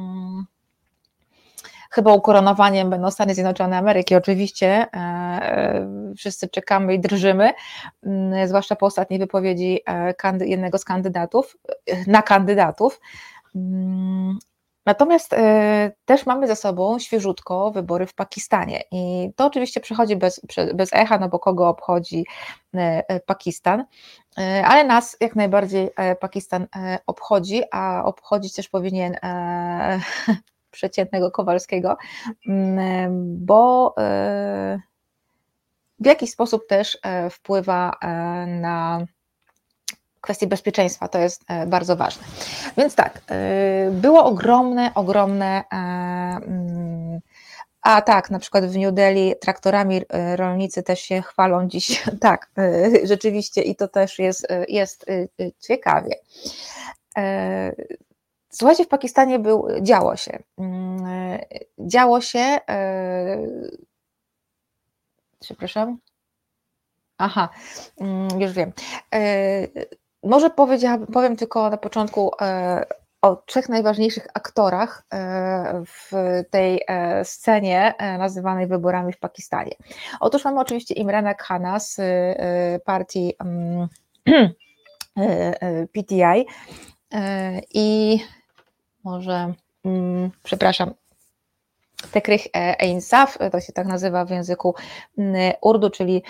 chyba ukoronowaniem będą Stany Zjednoczone Ameryki, oczywiście wszyscy czekamy i drżymy, zwłaszcza po ostatniej wypowiedzi jednego z kandydatów. Natomiast też mamy za sobą świeżutko wybory w Pakistanie i to oczywiście przechodzi bez echa, no bo kogo obchodzi Pakistan, ale nas jak najbardziej Pakistan obchodzi, a obchodzić też powinien przeciętnego Kowalskiego, bo w jakiś sposób też wpływa na kwestie bezpieczeństwa, to jest bardzo ważne. Więc tak, było ogromne, a tak, na przykład w New Delhi traktorami rolnicy też się chwalą dziś, tak, rzeczywiście i to też jest ciekawie. Słuchajcie, w Pakistanie działo się, przepraszam, już wiem. Może powiem tylko na początku o 3 najważniejszych aktorach w tej scenie nazywanej wyborami w Pakistanie. Otóż mamy oczywiście Imrana Khana z partii PTI i może, przepraszam, Tehreek-e-Insaf, to się tak nazywa w języku urdu, czyli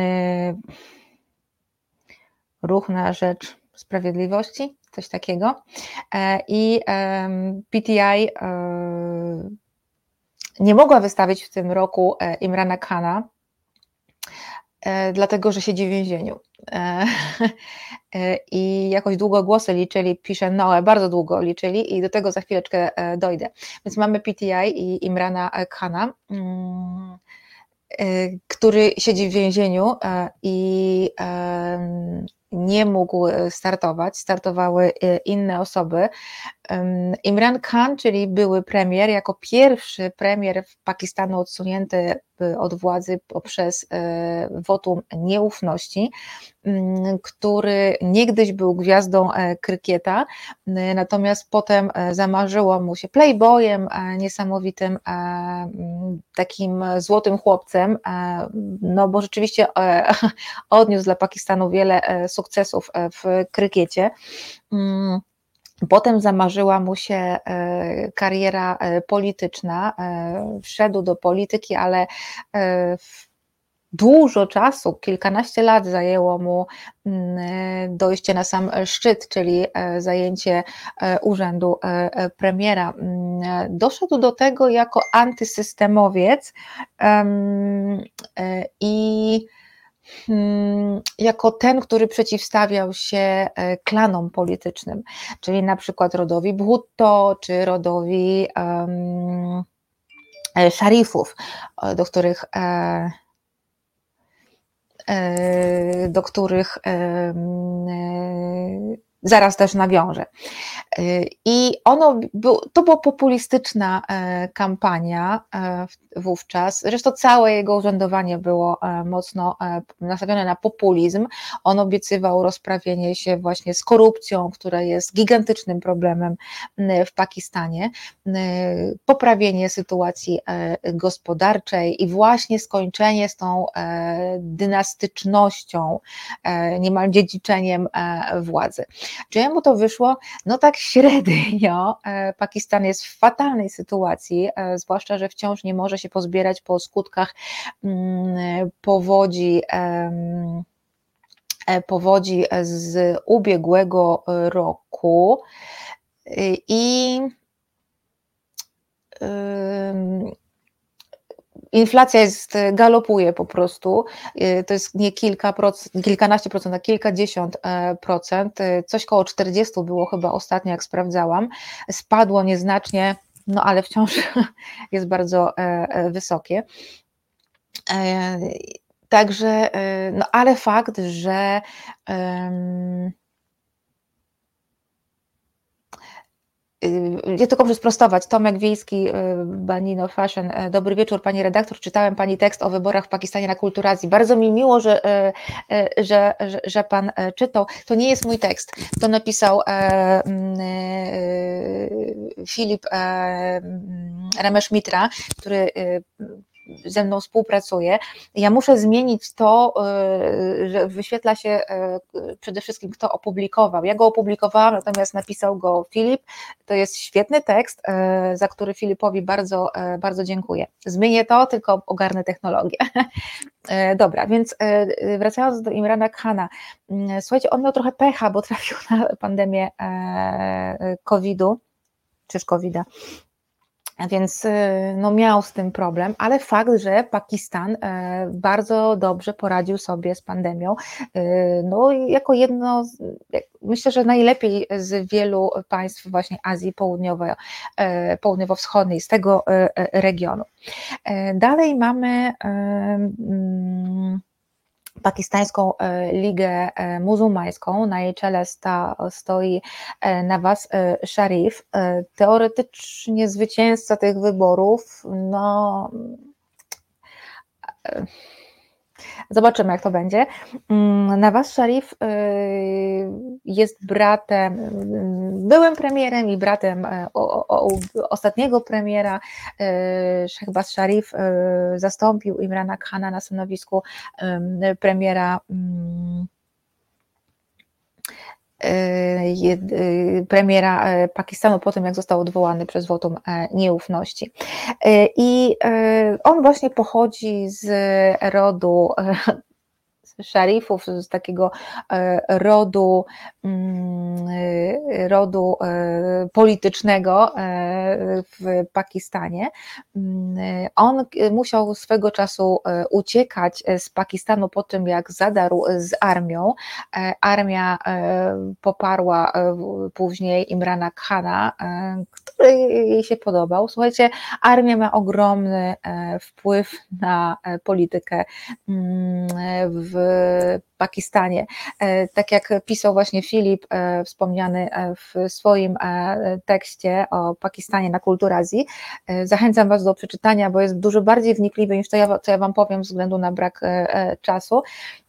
Ruch na rzecz Sprawiedliwości, coś takiego. I PTI nie mogła wystawić w tym roku Imrana Khana, dlatego że siedzi w więzieniu. I jakoś długo głosy liczyli, pisze Noe, bardzo długo liczyli i do tego za chwileczkę dojdę. Więc mamy PTI i Imrana Khana, który siedzi w więzieniu i nie mógł startować, startowały inne osoby. Imran Khan, czyli były premier, jako pierwszy premier w Pakistanu odsunięty od władzy poprzez wotum nieufności, który niegdyś był gwiazdą krykieta, natomiast potem zamarzyło mu się playboyem, niesamowitym takim złotym chłopcem, no bo rzeczywiście odniósł dla Pakistanu wiele sukcesów w krykiecie. Potem zamarzyła mu się kariera polityczna, wszedł do polityki, ale dużo czasu, kilkanaście lat zajęło mu dojście na sam szczyt, czyli zajęcie urzędu premiera. Doszedł do tego jako antysystemowiec i jako ten, który przeciwstawiał się klanom politycznym, czyli na przykład rodowi Bhutto, czy rodowi szarifów, do których do których zaraz też nawiążę. I to była populistyczna kampania wówczas, zresztą całe jego urzędowanie było mocno nastawione na populizm. On obiecywał rozprawienie się właśnie z korupcją, która jest gigantycznym problemem w Pakistanie, poprawienie sytuacji gospodarczej i właśnie skończenie z tą dynastycznością, niemal dziedziczeniem władzy. Czy mu to wyszło? No tak średnio. Pakistan jest w fatalnej sytuacji, zwłaszcza, że wciąż nie może się pozbierać po skutkach powodzi z ubiegłego roku i inflacja galopuje po prostu, to jest nie kilkanaście procent, a kilkadziesiąt procent, coś koło 40 było chyba ostatnio, jak sprawdzałam, spadło nieznacznie, no ale wciąż jest bardzo wysokie. Także, no ale fakt, że ja tylko muszę sprostować. Tomek Wiejski, Banino Fashion. Dobry wieczór, pani redaktor. Czytałem pani tekst o wyborach w Pakistanie na Kulturazji. Bardzo mi miło, że pan czytał. To nie jest mój tekst. To napisał Filip Ramesh-Mitra, który ze mną współpracuje. Ja muszę zmienić to, że wyświetla się przede wszystkim, kto opublikował. Ja go opublikowałam, natomiast napisał go Filip. To jest świetny tekst, za który Filipowi bardzo, bardzo dziękuję. Zmienię to, tylko ogarnę technologię. Dobra, więc wracając do Imrana Khana. Słuchajcie, on miał trochę pecha, bo trafił na pandemię COVID-u, czy z COVID-a. Więc no, miał z tym problem, ale fakt, że Pakistan bardzo dobrze poradził sobie z pandemią, no jako jedno, myślę, że najlepiej z wielu państw właśnie Azji Południowo-Wschodniej, z tego regionu. Dalej mamy Pakistańską Ligę Muzułmańską, na jej czele stoi Nawaz Sharif, teoretycznie zwycięzca tych wyborów, no zobaczymy, jak to będzie. Nawaz Sharif jest byłym premierem i bratem ostatniego premiera. Shehbaz Sharif zastąpił Imrana Khana na stanowisku premiera Pakistanu po tym, jak został odwołany przez wotum nieufności. I on właśnie pochodzi z rodu szarifów, z takiego rodu politycznego w Pakistanie. On musiał swego czasu uciekać z Pakistanu po tym, jak zadarł z armią. Armia poparła później Imrana Khana, który jej się podobał. Słuchajcie, armia ma ogromny wpływ na politykę w Pakistanie. Tak jak pisał właśnie Filip, wspomniany w swoim tekście o Pakistanie na Kulturazji. Zachęcam Was do przeczytania, bo jest dużo bardziej wnikliwy niż to, co ja Wam powiem, ze względu na brak czasu.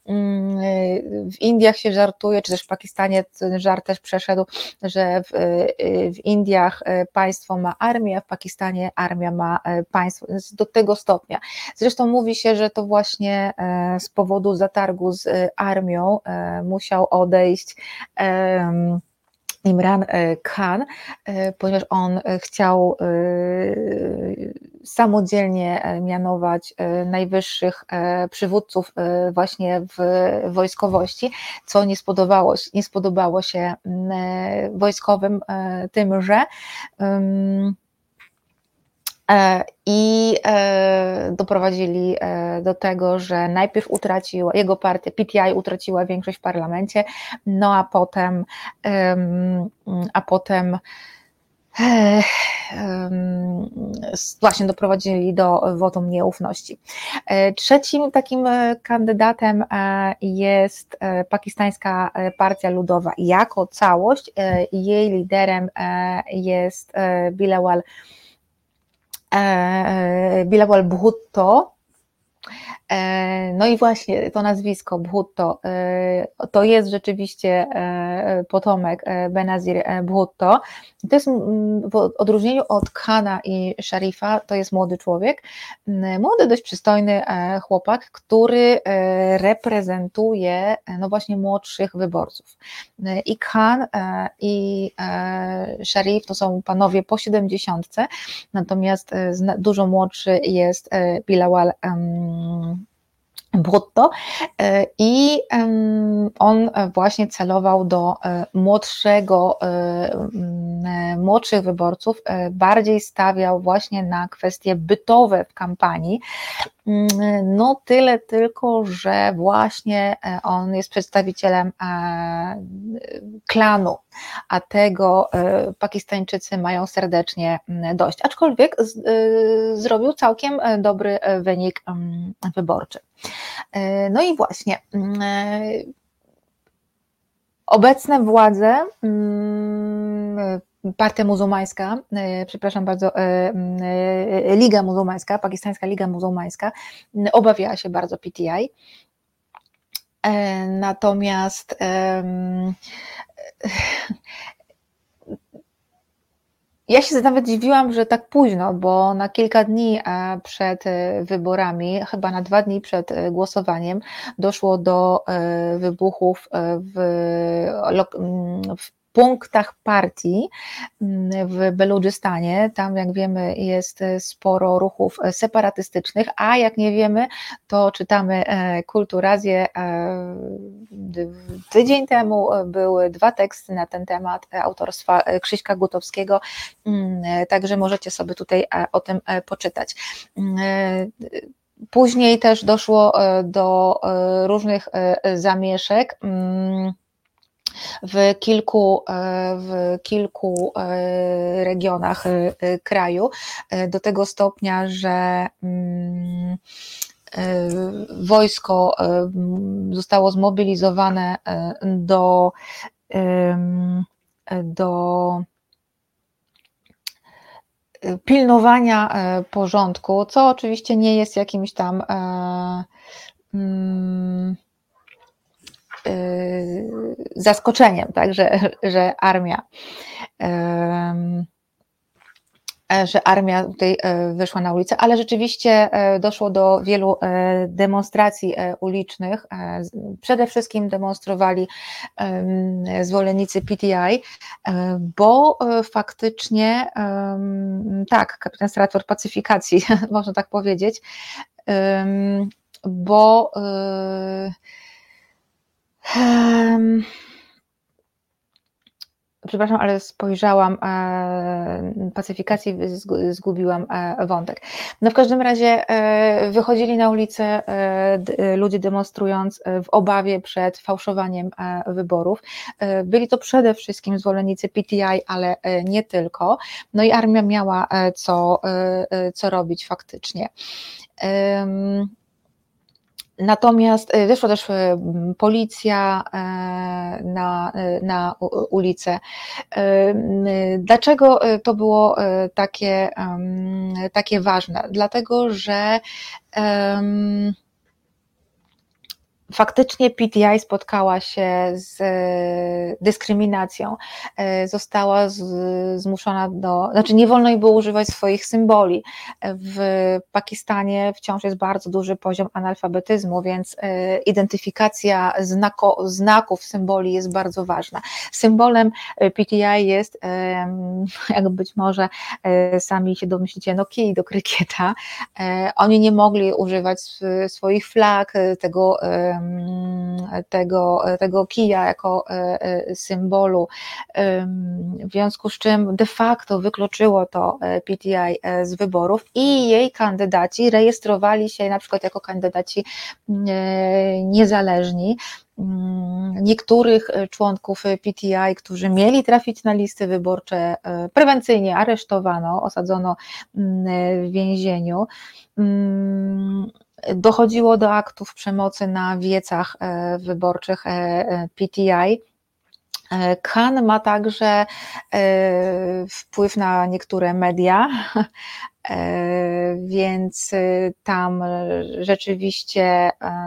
W Indiach się żartuje, czy też w Pakistanie ten żart też przeszedł, że w Indiach państwo ma armię, a w Pakistanie armia ma państwo, do tego stopnia. Zresztą mówi się, że to właśnie z powodu zatargu z armią musiał odejść Imran Khan, ponieważ on chciał samodzielnie mianować najwyższych przywódców właśnie w wojskowości, co nie spodobało się wojskowym tymże. I doprowadzili do tego, że najpierw jego partia PTI utraciła większość w parlamencie, no a potem właśnie doprowadzili do wotum nieufności. Trzecim takim kandydatem jest Pakistańska Partia Ludowa jako całość. Jej liderem jest Bilawal Bhutto. No i właśnie to nazwisko Bhutto to jest rzeczywiście potomek Benazir Bhutto. To jest w odróżnieniu od Khana i Sharifa, to jest młody człowiek, młody, dość przystojny chłopak, który reprezentuje no właśnie młodszych wyborców. I Khan i Sharif to są panowie po 70, natomiast dużo młodszy jest Bilawal Bhutto i on właśnie celował do młodszych wyborców, bardziej stawiał właśnie na kwestie bytowe w kampanii. No tyle tylko, że właśnie on jest przedstawicielem klanu, a tego Pakistańczycy mają serdecznie dość, aczkolwiek zrobił całkiem dobry wynik wyborczy. No i właśnie obecne władze, Partia Muzułmańska, przepraszam bardzo, Liga Muzułmańska, Pakistańska Liga Muzułmańska obawiała się bardzo PTI, natomiast ja się nawet dziwiłam, że tak późno, bo na kilka dni przed wyborami, chyba na 2 dni przed głosowaniem, doszło do wybuchów w punktach partii w Beludżystanie. Tam, jak wiemy, jest sporo ruchów separatystycznych, a jak nie wiemy, to czytamy Kulturazję. Tydzień temu były 2 teksty na ten temat autorstwa Krzyśka Gutowskiego, także możecie sobie tutaj o tym poczytać. Później też doszło do różnych zamieszek w kilku regionach kraju, do tego stopnia, że wojsko zostało zmobilizowane do pilnowania porządku, co oczywiście nie jest jakimś tam zaskoczeniem, tak, że armia tutaj wyszła na ulicę, ale rzeczywiście doszło do wielu demonstracji ulicznych. Przede wszystkim demonstrowali zwolennicy PTI, bo faktycznie tak, kapitan Stratford pacyfikacji, można tak powiedzieć, bo przepraszam, ale spojrzałam pacyfikacji, zgubiłam wątek. No w każdym razie wychodzili na ulicę ludzie demonstrując w obawie przed fałszowaniem wyborów. Byli to przede wszystkim zwolennicy PTI, ale nie tylko. No i armia miała co robić faktycznie. Natomiast wyszła też policja na ulicę. Dlaczego to było takie ważne? Dlatego, że faktycznie PTI spotkała się z dyskryminacją, została zmuszona znaczy nie wolno jej było używać swoich symboli. W Pakistanie wciąż jest bardzo duży poziom analfabetyzmu, więc identyfikacja znaków, symboli jest bardzo ważna. Symbolem PTI jest, jak być może sami się domyślicie, no kij do krykieta. Oni nie mogli używać swoich flag, tego tego kija jako symbolu, w związku z czym de facto wykluczyło to PTI z wyborów i jej kandydaci rejestrowali się na przykład jako kandydaci niezależni. Niektórych członków PTI, którzy mieli trafić na listy wyborcze, prewencyjnie aresztowano, osadzono w więzieniu. Dochodziło do aktów przemocy na wiecach wyborczych PTI. Khan ma także wpływ na niektóre media, więc tam rzeczywiście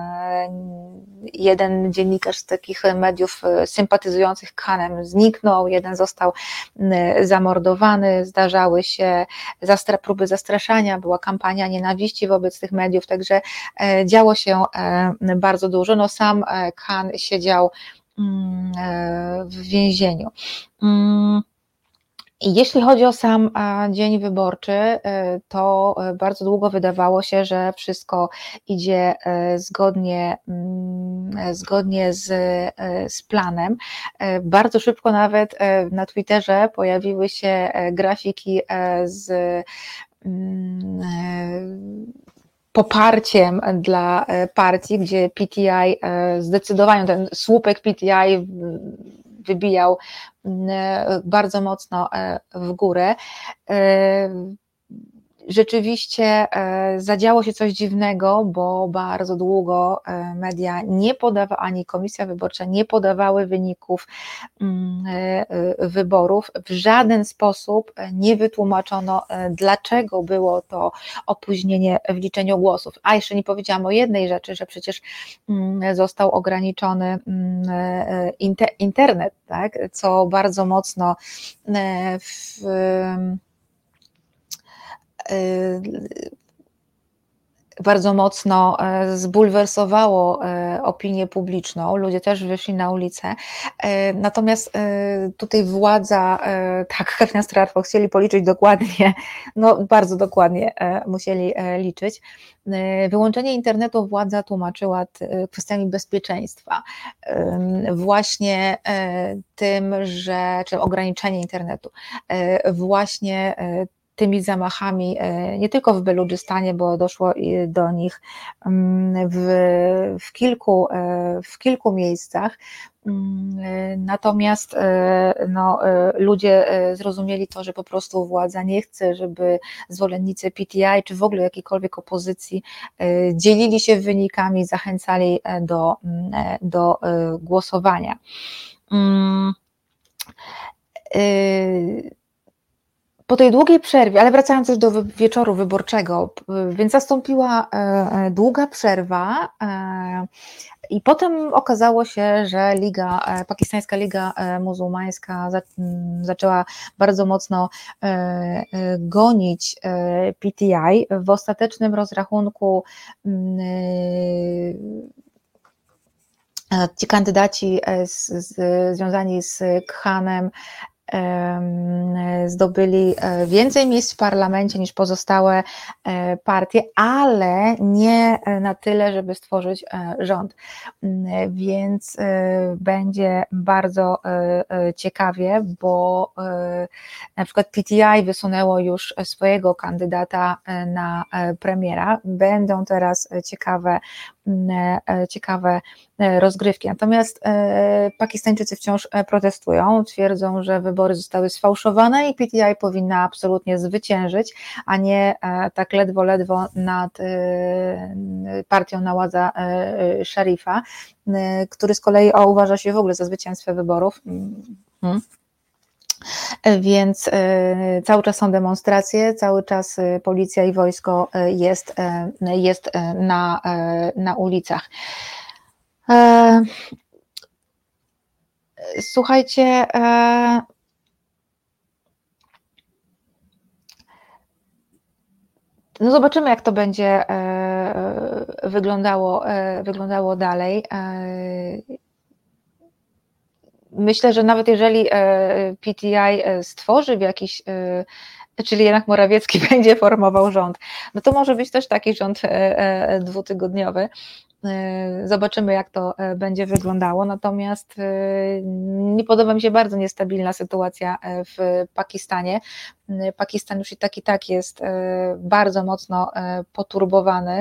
jeden dziennikarz z takich mediów sympatyzujących Khanem zniknął, jeden został zamordowany, zdarzały się próby zastraszania, była kampania nienawiści wobec tych mediów, także działo się bardzo dużo. No sam Khan siedział w więzieniu. I jeśli chodzi o sam dzień wyborczy, to bardzo długo wydawało się, że wszystko idzie zgodnie z planem. Bardzo szybko nawet na Twitterze pojawiły się grafiki z poparciem dla partii, gdzie PTI zdecydowanie, ten słupek PTI wybijał bardzo mocno w górę. Rzeczywiście zadziało się coś dziwnego, bo bardzo długo media nie podawały, ani Komisja Wyborcza nie podawały wyników wyborów. W żaden sposób nie wytłumaczono, dlaczego było to opóźnienie w liczeniu głosów. A jeszcze nie powiedziałam o jednej rzeczy, że przecież został ograniczony internet, tak? Co bardzo mocno zbulwersowało opinię publiczną, ludzie też wyszli na ulicę, natomiast tutaj władza, tak, Katarzyna Stratwo, chcieli policzyć dokładnie, no bardzo dokładnie musieli liczyć. Wyłączenie internetu władza tłumaczyła kwestiami bezpieczeństwa, właśnie tym, czy ograniczenie internetu, właśnie tymi zamachami, nie tylko w Beludżystanie, bo doszło do nich w kilku miejscach, natomiast no, ludzie zrozumieli to, że po prostu władza nie chce, żeby zwolennicy PTI czy w ogóle jakiejkolwiek opozycji dzielili się wynikami, zachęcali do głosowania. Po tej długiej przerwie, ale wracając już do wieczoru wyborczego, więc nastąpiła długa przerwa i potem okazało się, że pakistańska Liga Muzułmańska zaczęła bardzo mocno gonić PTI. W ostatecznym rozrachunku ci kandydaci związani z Khanem zdobyli więcej miejsc w parlamencie niż pozostałe partie, ale nie na tyle, żeby stworzyć rząd, więc będzie bardzo ciekawie, bo na przykład PTI wysunęło już swojego kandydata na premiera, będą teraz ciekawe rozgrywki. Natomiast Pakistańczycy wciąż protestują, twierdzą, że wybory zostały sfałszowane i PTI powinna absolutnie zwyciężyć, a nie tak ledwo nad partią Nawaza Sharifa, który z kolei uważa się w ogóle za zwycięstwo wyborów. Więc cały czas są demonstracje, cały czas policja i wojsko jest na ulicach. Słuchajcie, no zobaczymy, jak to będzie wyglądało dalej. Myślę, że nawet jeżeli PTI stworzy czyli jednak Morawiecki będzie formował rząd, no to może być też taki rząd dwutygodniowy, Zobaczymy, jak to będzie wyglądało, natomiast nie podoba mi się bardzo niestabilna sytuacja w Pakistanie. Pakistan już i tak jest bardzo mocno poturbowany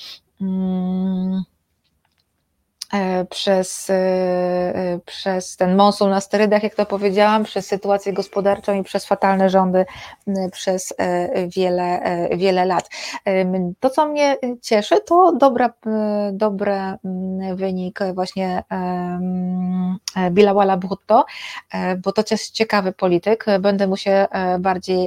przez ten monsun na sterydach, jak to powiedziałam, przez sytuację gospodarczą i przez fatalne rządy przez wiele lat. To, co mnie cieszy, to dobry wynik właśnie Bilawala Bhutto, bo to jest ciekawy polityk, będę mu się bardziej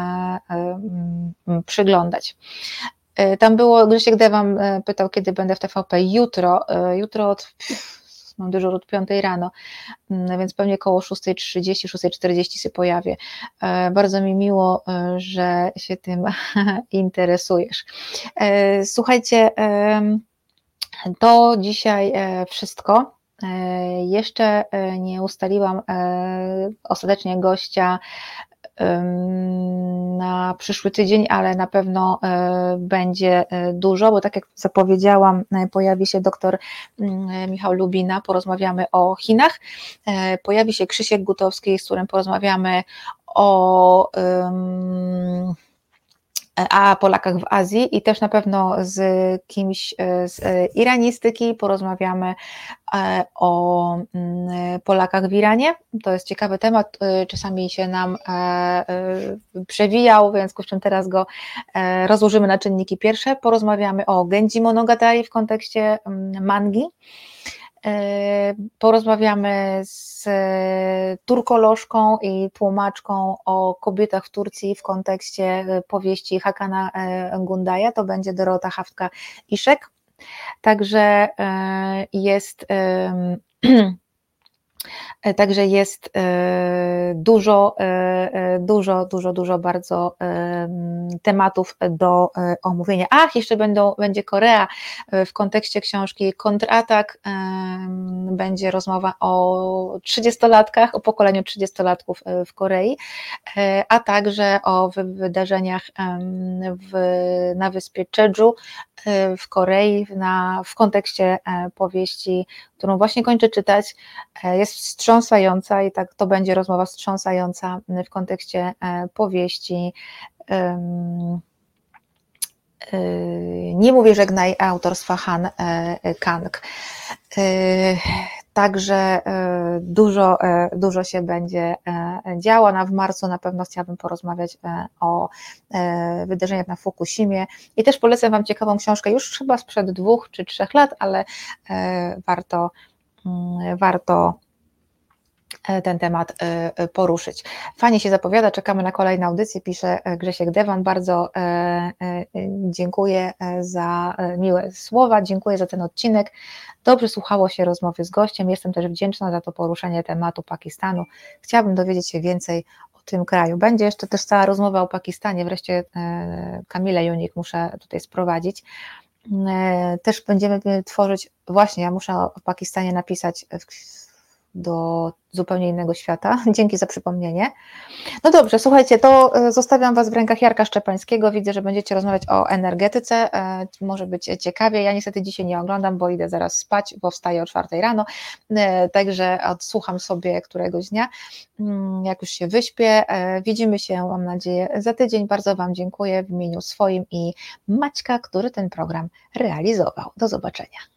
przyglądać. Tam było, Grzesiek Dewan pytał, kiedy będę w TVP. Jutro mam dyżur od 5 rano, więc pewnie koło 6:30, 6:40 się pojawię. Bardzo mi miło, że się tym interesujesz. Słuchajcie, to dzisiaj wszystko. Jeszcze nie ustaliłam ostatecznie gościa na przyszły tydzień, ale na pewno będzie dużo, bo tak jak zapowiedziałam, pojawi się dr Michał Lubina, porozmawiamy o Chinach, pojawi się Krzysiek Gutowski, z którym porozmawiamy o Polakach w Azji i też na pewno z kimś z iranistyki porozmawiamy o Polakach w Iranie. To jest ciekawy temat, czasami się nam przewijał, w związku z czym teraz go rozłożymy na czynniki pierwsze. Porozmawiamy o Genji Monogatari w kontekście mangi. Porozmawiamy z turkolożką i tłumaczką o kobietach w Turcji w kontekście powieści Hakana Gundaja, to będzie Dorota Haftka-Iszek, także jest dużo bardzo tematów do omówienia. Jeszcze będzie Korea w kontekście książki Kontratak, będzie rozmowa o 30-latkach, o pokoleniu 30-latków w Korei, a także o wydarzeniach na wyspie Jeju w Korei w kontekście powieści, którą właśnie kończę czytać. Jest wstrząsająca i tak to będzie rozmowa wstrząsająca w kontekście powieści Nie mówię żegnaj autorstwa Han Kang. Także dużo się będzie działo. W marcu na pewno chciałabym porozmawiać o wydarzeniach na Fukushimie i też polecam Wam ciekawą książkę, już chyba sprzed 2 czy 3 lat, ale warto ten temat poruszyć. Fajnie się zapowiada, czekamy na kolejne audycje, pisze Grzesiek Dewan, bardzo dziękuję za miłe słowa, dziękuję za ten odcinek, dobrze słuchało się rozmowy z gościem, jestem też wdzięczna za to poruszenie tematu Pakistanu, chciałabym dowiedzieć się więcej o tym kraju, będzie jeszcze też cała rozmowa o Pakistanie, wreszcie Kamilę Junik muszę tutaj sprowadzić, też będziemy tworzyć, właśnie ja muszę o Pakistanie napisać do zupełnie innego świata. Dzięki za przypomnienie. No dobrze, słuchajcie, to zostawiam Was w rękach Jarka Szczepańskiego. Widzę, że będziecie rozmawiać o energetyce. Może być ciekawie. Ja niestety dzisiaj nie oglądam, bo idę zaraz spać, bo wstaję o 4 rano. Także odsłucham sobie któregoś dnia, jak już się wyśpię. Widzimy się, mam nadzieję, za tydzień. Bardzo Wam dziękuję w imieniu swoim i Maćka, który ten program realizował. Do zobaczenia.